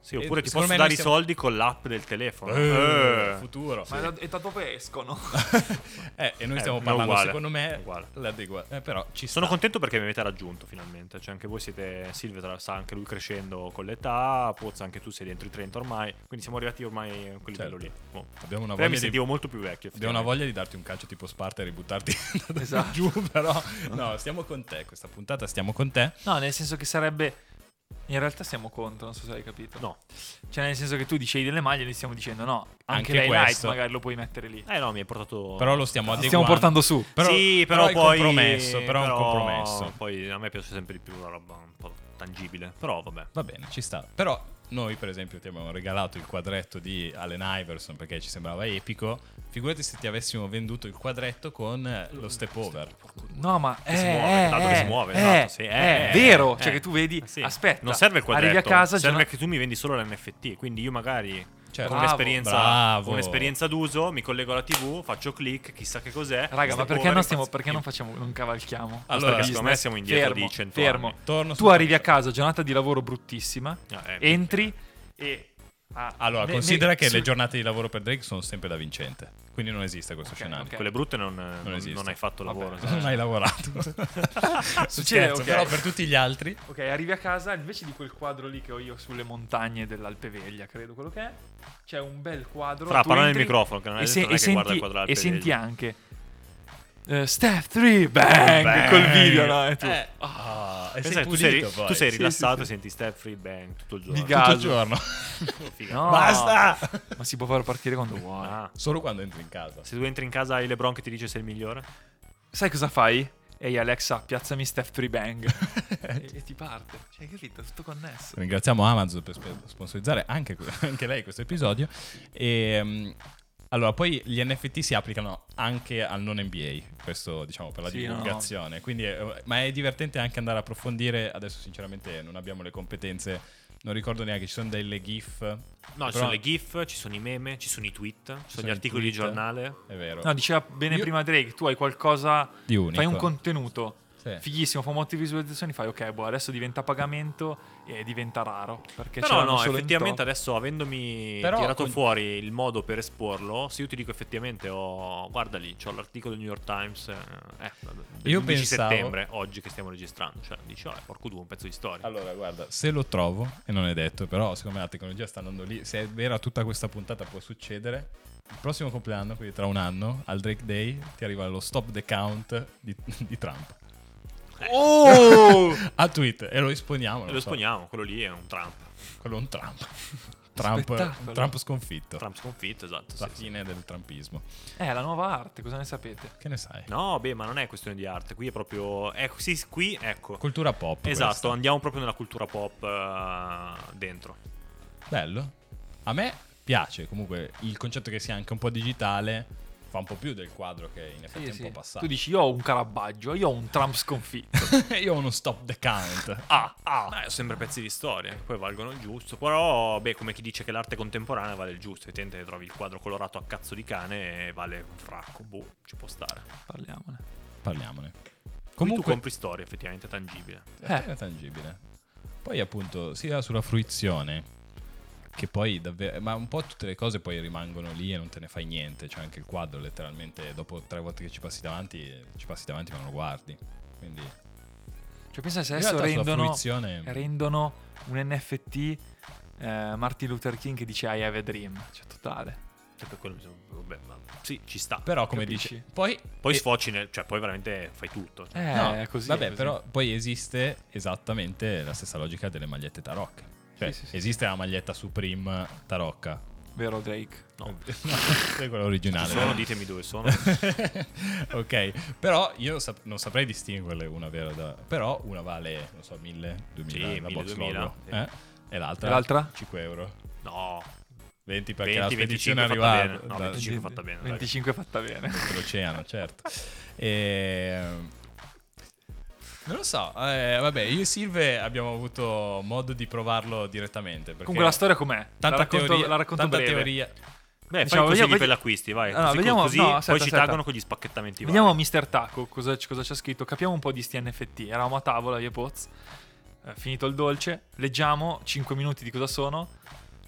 Sì, E oppure ti secondo posso me dare noi i stiamo- soldi con l'app del telefono. Eh, Eh. futuro. Ma è da, è da dove escono? Eh, e noi Eh, stiamo è parlando, uguale, secondo me, è uguale. l'adegua- eh, però ci Sono sta. contento perché mi avete raggiunto finalmente. Cioè, anche voi siete. Silvio tra- sta anche lui crescendo con l'età. Pozza, anche tu sei dentro i trenta ormai. Quindi siamo arrivati ormai a quel Certo. livello lì. Boh. Abbiamo una Prima voglia mi di... sentivo molto più vecchio. Abbiamo una effettivamente. voglia di darti un calcio tipo Sparta e ributtarti da Esatto. giù, però no, stiamo con te, questa puntata stiamo con te. No, nel senso che sarebbe... In realtà siamo contro, non so se hai capito. No. Cioè nel senso che tu dicevi delle maglie e noi stiamo dicendo no, anche, Anche lei light questo. magari lo puoi mettere lì. Eh no, mi hai portato. Però lo stiamo Ti adeguando. stiamo portando su. Però, sì, però, però è poi. compromesso, però è un però compromesso. Poi a me piace sempre di più la roba un po' tangibile. Però vabbè. Va bene, ci sta. Però noi, per esempio, ti abbiamo regalato il quadretto di Allen Iverson perché ci sembrava epico. Figurati se ti avessimo venduto il quadretto con lo step over. No, ma è, si muove, è, dato che è, si muove, è, esatto, sì, è, è, vero. è, Cioè è. che tu vedi, Eh sì. aspetta, Non serve il quadretto, arrivi a casa, serve giorna- che tu mi vendi solo l'N F T. Quindi io magari Certo. con Bravo, un'esperienza, bravo. con un'esperienza d'uso mi collego alla tivù, faccio click, chissà che cos'è. Raga, ma step perché over, non stiamo, faccio- perché non facciamo, non cavalchiamo? Allora, perché secondo me siamo indietro fermo, di cento fermo. anni. Torno Tu su- arrivi a casa, giornata di lavoro bruttissima, Ah, eh, entri e... ah, Allora, ne- considera ne- che su- le giornate di lavoro per Drake sono sempre da vincente. Quindi non esiste questo Ok, scenario. ok. Quelle brutte non, non, esiste. non hai fatto Vabbè. lavoro. Non hai lavorato. Succede, Scherzo, ok. però per tutti gli altri. Ok, arrivi a casa, invece di quel quadro lì che ho io sulle montagne dell'Alpeveglia, credo quello che è, c'è un bel quadro. Fra, tu parla nel entri microfono, che non è, e, se- non è e che guarda senti, il quadrato. e senti anche eh, Steph tre, bang, Bang. col video, no? E tu, Eh, ah, e Pensa sei che tu, sei, pulito poi. tu sei Sì, rilassato sì, e sì. senti step free bang tutto il giorno. Di Tutto gas. il giorno. Figa. no, Basta! ma si può far partire quando vuoi. Ah, Solo quando entri in casa. se tu entri in casa hai LeBron che ti dice sei il migliore? Sai cosa fai? Ehi Alexa, piazzami Steph tre bang. e, e ti parte. Cioè, capito? È tutto connesso. Ringraziamo Amazon per sp- sponsorizzare anche, anche lei questo episodio. E, um, allora, poi gli N F T si applicano anche al non N B A, questo diciamo per la Sì, divulgazione. Quindi, è- ma è divertente anche andare a approfondire. Adesso sinceramente non abbiamo le competenze, non ricordo neanche, ci sono delle GIF. No, Però- ci sono le GIF, ci sono i meme, ci sono i tweet, ci sono sono gli i articoli di tweet. giornale. È vero. No, diceva bene Io- prima Drake, tu hai qualcosa, Di unico. fai un contenuto Sì. fighissimo, fa molte visualizzazioni, fai ok, boh, adesso diventa a pagamento e diventa raro. Perché Però c'erano no, solo in effettivamente top. adesso avendomi Però tirato con- fuori il modo per esporlo, se io ti dico effettivamente ho guarda lì, c'ho l'articolo del New York Times eh, eh, del Io undici pensavo- settembre, oggi che stiamo registrando, cioè dici, oh, porco due, un pezzo di storia. Allora, guarda, se lo trovo, e non è detto, però secondo me la tecnologia sta andando lì, se è vera tutta questa puntata può succedere, il prossimo compleanno, quindi tra un anno, al Drake Day, ti arriva lo stop the count di, di Trump. Oh! A tweet, e lo esponiamo. E non lo so. esponiamo, quello lì è un Trump. Quello è un Trump. Trump, Spettacolo. Trump sconfitto. Trump sconfitto, esatto. La sì, sì. fine del trumpismo. È la nuova arte, cosa ne sapete? Che ne sai? No, beh, ma non è questione di arte, qui è proprio ecco, sì, qui ecco. Cultura pop. Esatto, questa. andiamo proprio nella cultura pop eh, dentro. Bello. A me piace comunque il concetto che sia anche un po' digitale. Fa un po' più del quadro che in effetti Sì, è un sì. po' passato. Tu dici io ho un Carabaggio, io ho un Trump sconfitto. Io ho uno stop the count. Ah, ah. Eh, sono sempre pezzi di storia, che poi valgono il giusto. Però, beh, come chi dice che l'arte contemporanea vale il giusto. Effettivamente trovi il quadro colorato a cazzo di cane e vale un fracco. Boh, ci può stare. Parliamone. Parliamone. Comunque tu Comunque compri storia, effettivamente tangibile. è eh. tangibile. Poi appunto sia sulla fruizione che poi davvero, ma un po' tutte le cose poi rimangono lì e non te ne fai niente, cioè anche il quadro letteralmente dopo tre volte che ci passi davanti, ci passi davanti ma non lo guardi. Quindi Cioè pensa se in adesso realtà sulla rendono, fruizione rendono un N F T eh, Martin Luther King che dice I have a dream. Cioè totale. Cioè, per quello mi sembra- vabbè, ma sì, ci sta. però come Capisci? dice poi Poi e- sfoci nel, cioè poi veramente fai tutto. Cioè. Eh, no, è così. vabbè, è così. però poi esiste esattamente la stessa logica delle magliette tarocche. Cioè, Sì, sì, sì, esiste la maglietta Supreme tarocca. Vero Drake? No. È quella originale. Ci sono, no? ditemi dove sono. Ok, però io sap- non saprei distinguerle una vera da... Però una vale, non so, mille, duemila, Sì, la mille, box duemila, logo, sì. eh? E l'altra? E l'altra? cinque euro. No, venti perché venti, la spedizione venticinque arriva fatta bene. No, da- venticinque fatta bene. dai. venticinque fatta bene. l'oceano, certo. E... Non lo so, eh, vabbè, io e Silve abbiamo avuto modo di provarlo direttamente. Perché Comunque la storia com'è? tanta la racconto, teoria, la racconto tanta breve. teoria. Beh, Diciamo, fai così vediamo- per l'acquisti, vai. Allora, così, vediamo- così no, poi aspetta, ci aspetta. taggano con gli spacchettamenti Vediamo vari. mister Taco cosa, cosa c'ha scritto. Capiamo un po' di sti N F T. Eravamo a tavola io e Poz. Eh, finito il dolce, leggiamo cinque minuti di cosa sono.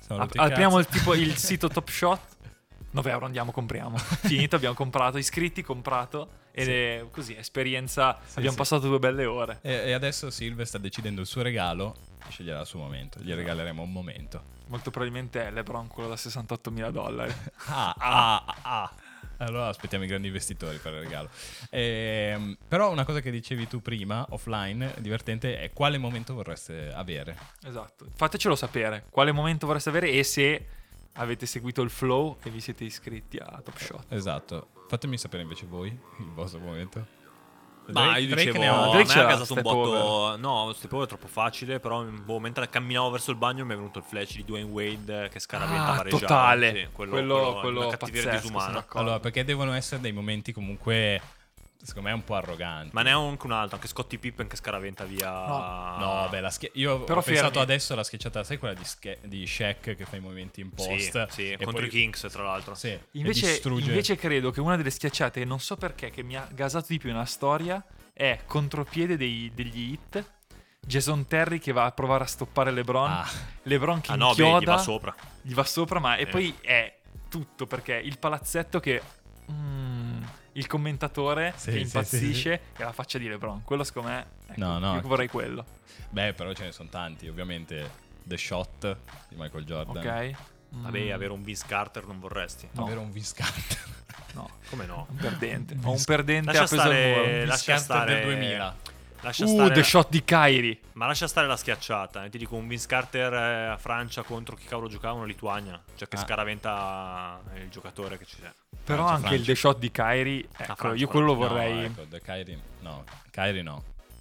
Siamo Ap- rotti il apriamo il, cazzo. tipo, il sito Top Shot, nove euro andiamo, compriamo. Finito, abbiamo comprato, iscritti, comprato. Ed Sì. è così, esperienza, Sì, abbiamo sì. passato due belle ore. E, e adesso Silve sta decidendo il suo regalo e sceglierà il suo momento. Gli regaleremo un momento. Molto probabilmente è LeBron, quello da sessantottomila dollari. Ah, ah, ah, ah. Allora aspettiamo i grandi investitori per il regalo. Ehm, però una cosa che dicevi tu prima, offline, divertente, è quale momento vorreste avere. Esatto, fatecelo sapere, quale momento vorreste avere e se avete seguito il flow e vi siete iscritti a Top Shot. Esatto. Fatemi sapere invece voi il vostro momento. Ma Drake- io Drake dicevo, ne ha- a Drake me c'era è casato un Step botto. No, Step Over è troppo facile. Però boh, mentre camminavo verso il bagno mi è venuto il flash di Dwayne Wade che scaraventa Ah, vareggiava. totale. Sì, quello, Quello- quello, quello una cattiveria pazzesco, disumana. sono d'accordo. Allora, perché devono essere dei momenti comunque, secondo me, un po' arroganti. Ma ne ho anche un altro, anche Scottie Pippen che scaraventa via. No. No, vabbè, la schia- io Però ho pensato fermi. adesso alla schiacciata, sai quella di, sche- di Shaq che fa i movimenti in Sì, post? sì, e contro poi- i Kings, tra l'altro. Sì, e Invece, distrugge. invece credo che una delle schiacciate, non so perché, che mi ha gasato di più nella storia è contropiede dei- degli hit. Jason Terry che va a provare a stoppare LeBron. Ah. LeBron che Ah no, beh, inchioda, gli va sopra. gli va sopra, ma e Sì. poi è tutto perché il palazzetto che mm, il commentatore Sì, che sì, impazzisce e la faccia di LeBron. Quello secondo me, ecco, No, no. io vorrei quello. Beh, però ce ne sono tanti. Ovviamente The Shot di Michael Jordan. Ok? Mm, Vabbè, avere un Vince Carter non vorresti. No. Avere un Vince Carter. no, Come no? un perdente. Ho un perdente Lascia appeso al muro. stare, Vince lascia Carter stare del duemila. Lascia Uh, stare the shot di Kyrie. Ma lascia stare la schiacciata. eh. Ti dico un Vince Carter eh, a Francia contro chi cavolo giocava, una Lituania. Cioè che Ah. scaraventa il giocatore che ci sia. Però Francia, anche il Francia. the shot di Kyrie, ecco, Francia, io quello lo Francia. vorrei. No, ecco, The Kyrie, no. Kyrie no.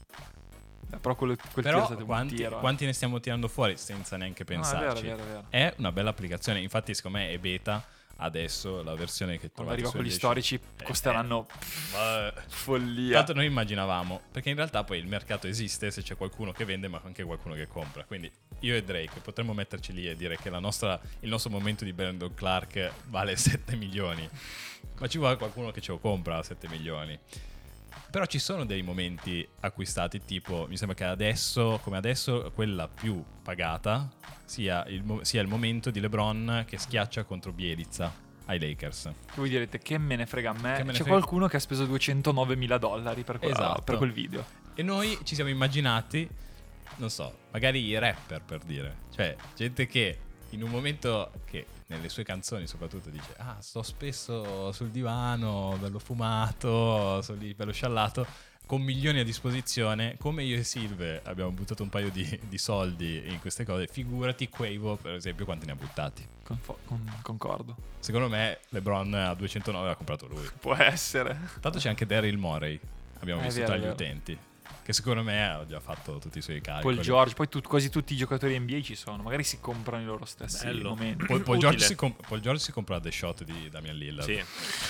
Eh, Però quello, quel tiro è Però stato un quanti, tiro. eh. quanti ne stiamo tirando fuori senza neanche No, è vero, è pensarci? vero, è vero. È una bella applicazione. Infatti, secondo me è beta adesso la versione che Quando trovate arriva su con gli Edge. storici Eh, costeranno Ma- follia. Tanto noi immaginavamo, perché in realtà poi il mercato esiste se c'è qualcuno che vende ma anche qualcuno che compra. Quindi io e Drake potremmo metterci lì e dire che la nostra, il nostro momento di Brandon Clark vale sette milioni. Ma ci vuole qualcuno che ce lo compra a sette milioni. Però ci sono dei momenti acquistati, tipo mi sembra che adesso, come adesso, quella più pagata sia il, mo- sia il momento di LeBron che schiaccia contro Bielitsa ai Lakers. Voi direte che me ne frega a me. Che me ne C'è frega. qualcuno che ha speso duecentonovemila dollari per, quella- Esatto. per quel video. E noi ci siamo immaginati, non so, magari i rapper per dire. Cioè, gente che in un momento che nelle sue canzoni soprattutto dice ah, sto spesso sul divano, bello fumato, sono lì bello sciallato, con milioni a disposizione, come io e Silve abbiamo buttato un paio di, di soldi in queste cose, figurati Quavo per esempio quanti ne ha buttati. Confo- con- concordo. Secondo me LeBron a duecentonove l'ha comprato lui. Può essere. Tanto c'è anche Daryl Morey, abbiamo È visto vero, tra è gli vero. utenti, che secondo me ha già fatto tutti i suoi calcoli. Paul George, poi tut- quasi tutti i giocatori N B A ci sono. Magari si comprano i loro stessi Bello. momenti. Paul, Paul Utile. George si comp- Paul George si compra The Shot di Damian Lillard. Sì.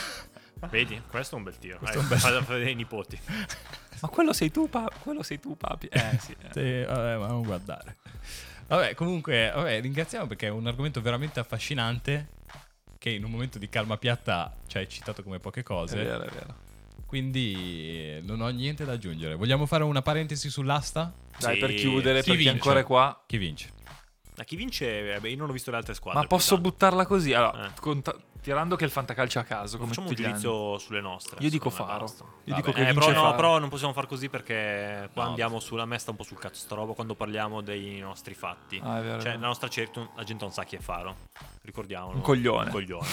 Vedi? Questo è un bel tiro. Questo Eh, è un bel- fa- fa vedere i nipoti. Ma quello sei tu, pa- quello sei tu, papi. Eh sì. eh. Sì, vabbè, ma non guardare. Vabbè, comunque, vabbè, ringraziamo perché è un argomento veramente affascinante che in un momento di calma piatta ci ha eccitato come poche È cose. vero, è vero. Quindi non ho niente da aggiungere. Vogliamo fare una parentesi sull'asta? Dai, Sì. per chiudere, Chi perché vince? ancora è qua. Chi vince? Ma chi vince? Eh, beh, io non ho visto le altre squadre. Ma posso pertanto. buttarla così? Allora, Eh. conta- tirando che il fantacalcio a caso, come Facciamo un tutti gli anni. giudizio sulle nostre. Io dico secondo me Faro. basta. Io Vabbè. dico che Eh, vince però, no, Faro. però non possiamo far così perché qua No. andiamo sulla. A me sta un po' sul cazzo sta roba quando parliamo dei nostri fatti. Ah, è vero, è Cioè, vero. la nostra cerchia, la gente non sa chi è Faro. Ricordiamolo. Un coglione. Un coglione.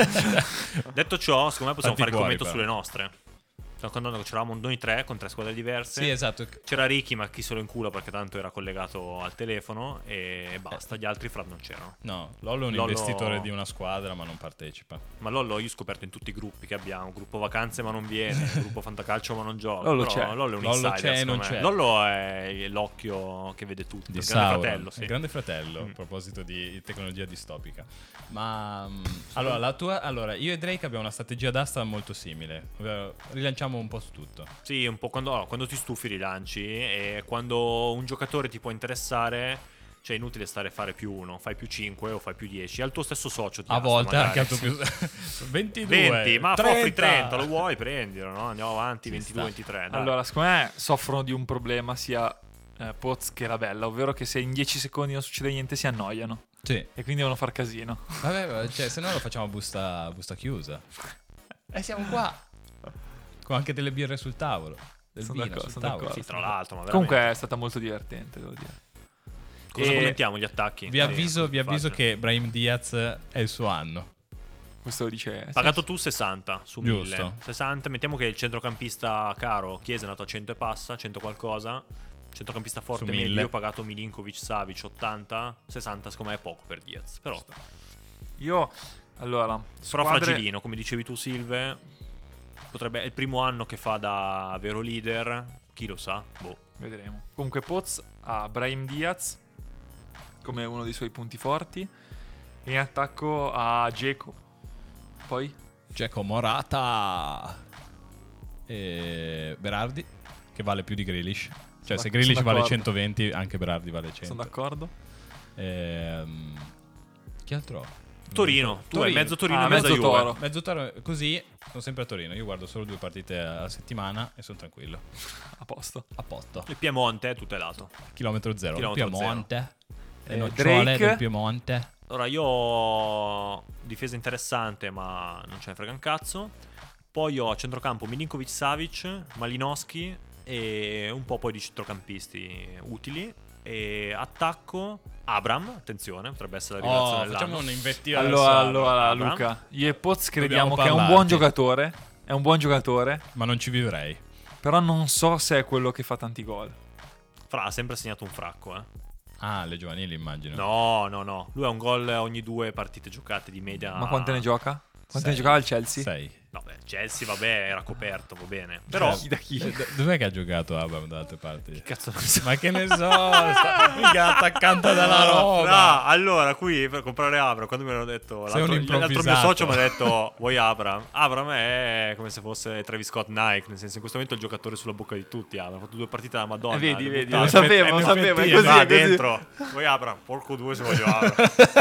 Detto ciò, secondo me possiamo Tanti fare il cuori, commento però. sulle nostre. Quando c'eravamo noi tre con tre squadre diverse. Sì, esatto. C'era Ricky, ma chi se lo inculo perché tanto era collegato al telefono e basta. Gli altri fra non c'erano. No, Lollo è un Lollo- investitore di una squadra ma non partecipa. Ma Lollo io ho scoperto in tutti i gruppi che abbiamo. Gruppo vacanze ma non viene, gruppo fantacalcio ma non gioca. Lollo Però c'è. Lollo è un Lollo insider, c'è e secondo non me. c'è. Lollo è l'occhio che vede tutto. Di il grande Sauron, fratello, sì. il grande fratello, Mm. a proposito di tecnologia distopica. Ma mm, allora, la tua, allora, io e Drake abbiamo una strategia d'asta molto simile. ovvero rilanciamo un po' su tutto. Sì, un po' quando, oh, quando ti stufi rilanci e quando un giocatore ti può interessare, cioè è inutile stare a fare più uno, fai più cinque o fai più dieci, al tuo stesso socio ti A asta, volte magari. anche al tuo più ventidue, venti, ma trenta. offri trenta, lo vuoi prendilo, no? Andiamo avanti, Ci ventidue sta. ventitré. dai. Allora, secondo me soffrono di un problema sia eh, Poz che la Bella, ovvero che se in dieci secondi non succede niente si annoiano. Sì. e quindi devono far casino. Vabbè, cioè, se no lo facciamo a busta, busta chiusa. E siamo qua. Con anche delle birre sul tavolo. Del Sono vino d'accordo, sul sono tavolo. d'accordo. Sì, tra l'altro, ma Comunque veramente. è stata molto divertente, devo dire. Cosa E- commentiamo gli attacchi? Vi Sì, avviso, vi avviso facile. che Brahim Diaz è il suo anno. Questo lo dice... Pagato tu sessanta su Giusto. mille. sessanta, mettiamo che il centrocampista caro, Chiesa è andato a cento e passa, cento qualcosa. Centrocampista forte Su medio, mille. io ho pagato Milinkovic, Savic ottanta, sessanta secondo me è poco per Diaz. Però, Io, allora... però squadre- fragilino, come dicevi tu Silve, potrebbe, è il primo anno che fa da vero leader, chi lo sa, boh. Vedremo. Comunque Poz ha Brahim Diaz come uno dei suoi punti forti. E in attacco ha Dzeko. Poi? Dzeko, Morata e Berardi, che vale più di Grealish. Cioè, Sono se d'ac- Grealish sono vale d'accordo. centoventi, anche Berardi vale cento. Sono d'accordo. Ehm, chi altro ho? Torino, tu hai Torino. mezzo Torino Ah, e mezzo mezzo Juve. Toro. Mezzo Toro, così sono sempre a Torino. Io guardo solo due partite a settimana e sono tranquillo. A posto. A posto. Il Piemonte è tutelato. Chilometro zero. Chilometro Piemonte. Le Eh, nocciole Drake. del Piemonte. Allora, io ho difesa interessante, ma non ce ne frega un cazzo. Poi ho a centrocampo Milinkovic, Savic, Malinowski e un po' poi di centrocampisti utili. E attacco Abram, attenzione, potrebbe essere la rivelazione Oh, dell'anno. facciamo un'invettiva. Allora, adesso. allora Abram. Luca, io e Poz crediamo Dobbiamo che è un buon parlarci. giocatore. È un buon giocatore. Ma non ci vivrei. Però non so se è quello che fa tanti gol. Fra, ha sempre segnato un fracco, eh. Ah, le giovanili immagino. No, no, no. Lui ha un gol ogni due partite giocate di media. Ma quante ne gioca? Quante ne Sei. giocava il Chelsea? Sei. No, beh, Chelsea, vabbè, era coperto, va bene. Però, Chi da chi? Eh, do- Dov'è che ha giocato Abram da altre parti? cazzo non so. Ma che ne so, sta mica attaccante della roba. No, allora qui per comprare Abram, quando mi hanno detto Sei l'altro, un l'altro mio improvvisato. socio mi ha detto vuoi Abram? Abram è come se fosse Travis Scott Nike, nel senso in questo momento è il giocatore sulla bocca di tutti. Abram ha fatto due partite da Madonna. Eh, vedi, le vedi, buttate. lo sapevo, lo N F T, sapevo, è è così, Va è così. dentro. Vuoi Abram? Porco due se voglio Abram.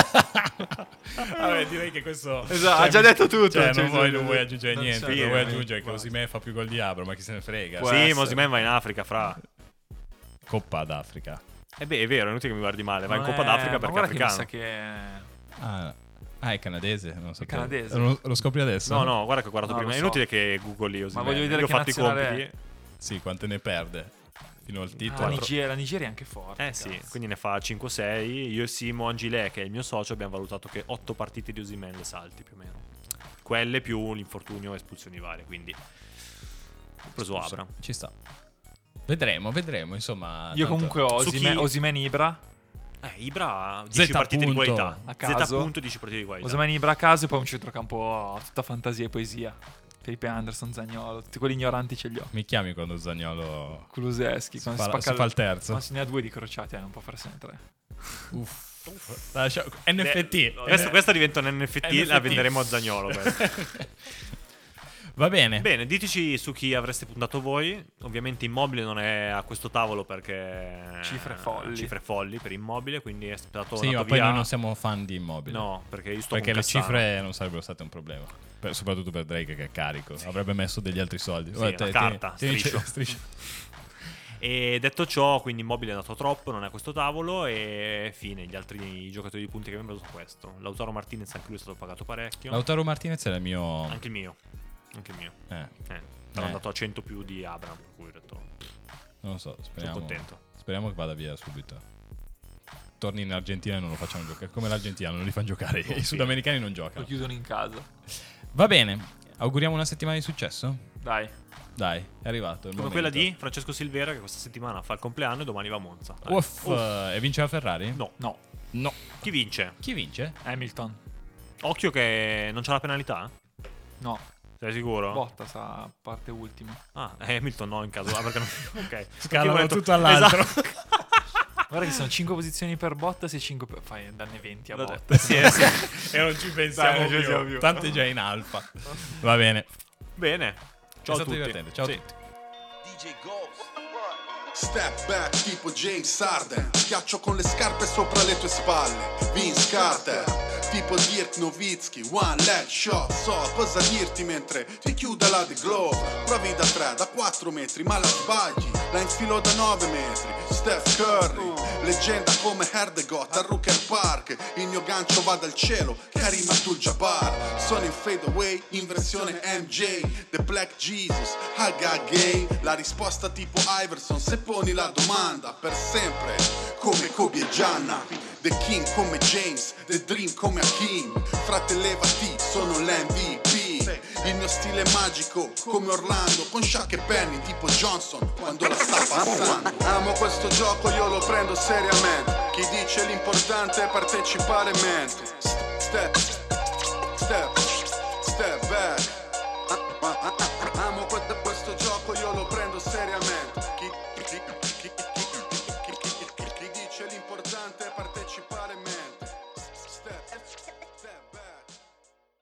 Vabbè, direi che questo. Esatto, ha già detto tutto, Cioè, cioè, non, vuoi, sì, non sì, vuoi sì. aggiungere Non niente. c'è Non vuoi niente, aggiungere che infatti. Osimhen fa più gol di Abram, ma chi se ne frega. Può Sì, essere. ma Osimhen va in Africa, fra. Coppa d'Africa. E beh, è vero, è inutile che mi guardi male. Va in Non Coppa è- d'Africa ma perché è guarda che mi africano. sa che... Ah, ah, è canadese. Non so canadese. Lo, lo scopri adesso? No, no, guarda che ho guardato No, prima. lo È so. inutile che googli Osimhen. voglio vedere Io ho che fatto i nazionale compiti. è. Sì, quante ne perde? Fino al Ah, la, titolo. Nigeria, la Nigeria è anche forte. Eh sì, cazzo. quindi ne fa cinque sei. Io e Simo Angilè, che è il mio socio, abbiamo valutato che otto partite di Osimhen le salti più o meno. Quelle più l'infortunio e espulsioni varie, quindi ho preso Abram. Ci sta. Vedremo, vedremo. Insomma, Io tanto- comunque ho Su Osimhen, chi- Osimhen Ibra. Eh, Ibra ha dieci Z partite di punto. qualità. A caso. Z punto dieci partite di qualità. Osimhen Ibra a caso e poi un centrocampo a tutta fantasia e poesia. Felipe Anderson, Zaniolo, tutti quelli ignoranti ce li ho. Mi chiami quando Zagnolo Kulusevski, si quando fa, si la- spacca si fa il terzo. Ma se ne ha due di crociati, eh, non può farsene tre. Uff. Lascia- N F T. Beh, Questa, questa diventa un N F T, N F T. la venderemo a Zaniolo. questa. Va bene. Bene, diteci su chi avreste puntato voi. Ovviamente Immobile non è a questo tavolo perché Cifre folli. Cifre folli per Immobile, quindi è stato Sì, ma dato poi via. noi non siamo fan di Immobile. No, perché io sto Perché con le Cassano. cifre non sarebbero state un problema. Per- soprattutto per Drake che è carico. Avrebbe messo degli altri soldi. Sì, Guarda, una te- carta, tieni- striscio. striscio. E detto ciò, quindi Immobile è andato troppo, non è a questo tavolo e fine, gli altri giocatori di punti che abbiamo preso sono questo. Lautaro Martinez anche lui è stato pagato parecchio. Lautaro Martinez era il mio. Anche il mio. Anche il mio. Eh, Eh, sono Eh. andato a cento più di Abram, per cui ho detto non lo so. sono Speriamo. contento. Speriamo che vada via subito. Torni in Argentina e non lo facciamo giocare. Come l'Argentina, non li fanno giocare. I sudamericani non Lo giocano. chiudono in casa. Va bene. Auguriamo una settimana di successo? Dai. Dai, è arrivato. Il Come momento. quella di Francesco Silvera che questa settimana fa il compleanno e domani va a Monza. Dai. Uff, e vince la Ferrari? No. No. No. Chi vince? Chi vince? Hamilton. Occhio che non c'ha la penalità? No. Sei sicuro? Bottas a parte ultima. Ah, Hamilton no in caso. Ah, perché non... Ok. Scalano Perché ho detto- tutto all'altro. Esatto. Guarda che sono cinque posizioni per Bottas e cinque per... Fai danne venti a L'ho detto. Bottas. Sì, eh, sì. E non ci pensiamo Dai, non ci più. pensiamo più. Tanto è già in alfa. Va bene. Bene. Ciao è a stato tutti. divertente. Ciao Sì. a tutti. D J Ghost. Step back tipo James Harden. Schiaccio con le scarpe sopra le tue spalle. Vince Carter. tipo Dirk Nowitzki, one leg shot. So cosa dirti mentre ti chiude la The Globe. Provi da tre, da quattro metri, ma la sbagli. La infilo da nove metri, Steph Curry. Leggenda come Herdegot a Rooker Park. Il mio gancio va dal cielo, Karim Abdul-Jabbar. Sono in fade away, in versione M J, The Black Jesus, Haga Game. La risposta tipo Iverson, se poni la domanda. Per sempre, come Kobe e Gianna. The King come James, The Dream come Hakim. Frate levati, sono l'M V P. Il mio stile è magico come Orlando, con Shaq e Penny tipo Johnson quando la sta passando. Amo questo gioco, io lo prendo seriamente. Chi dice l'importante è partecipare mente. Step, step, step back.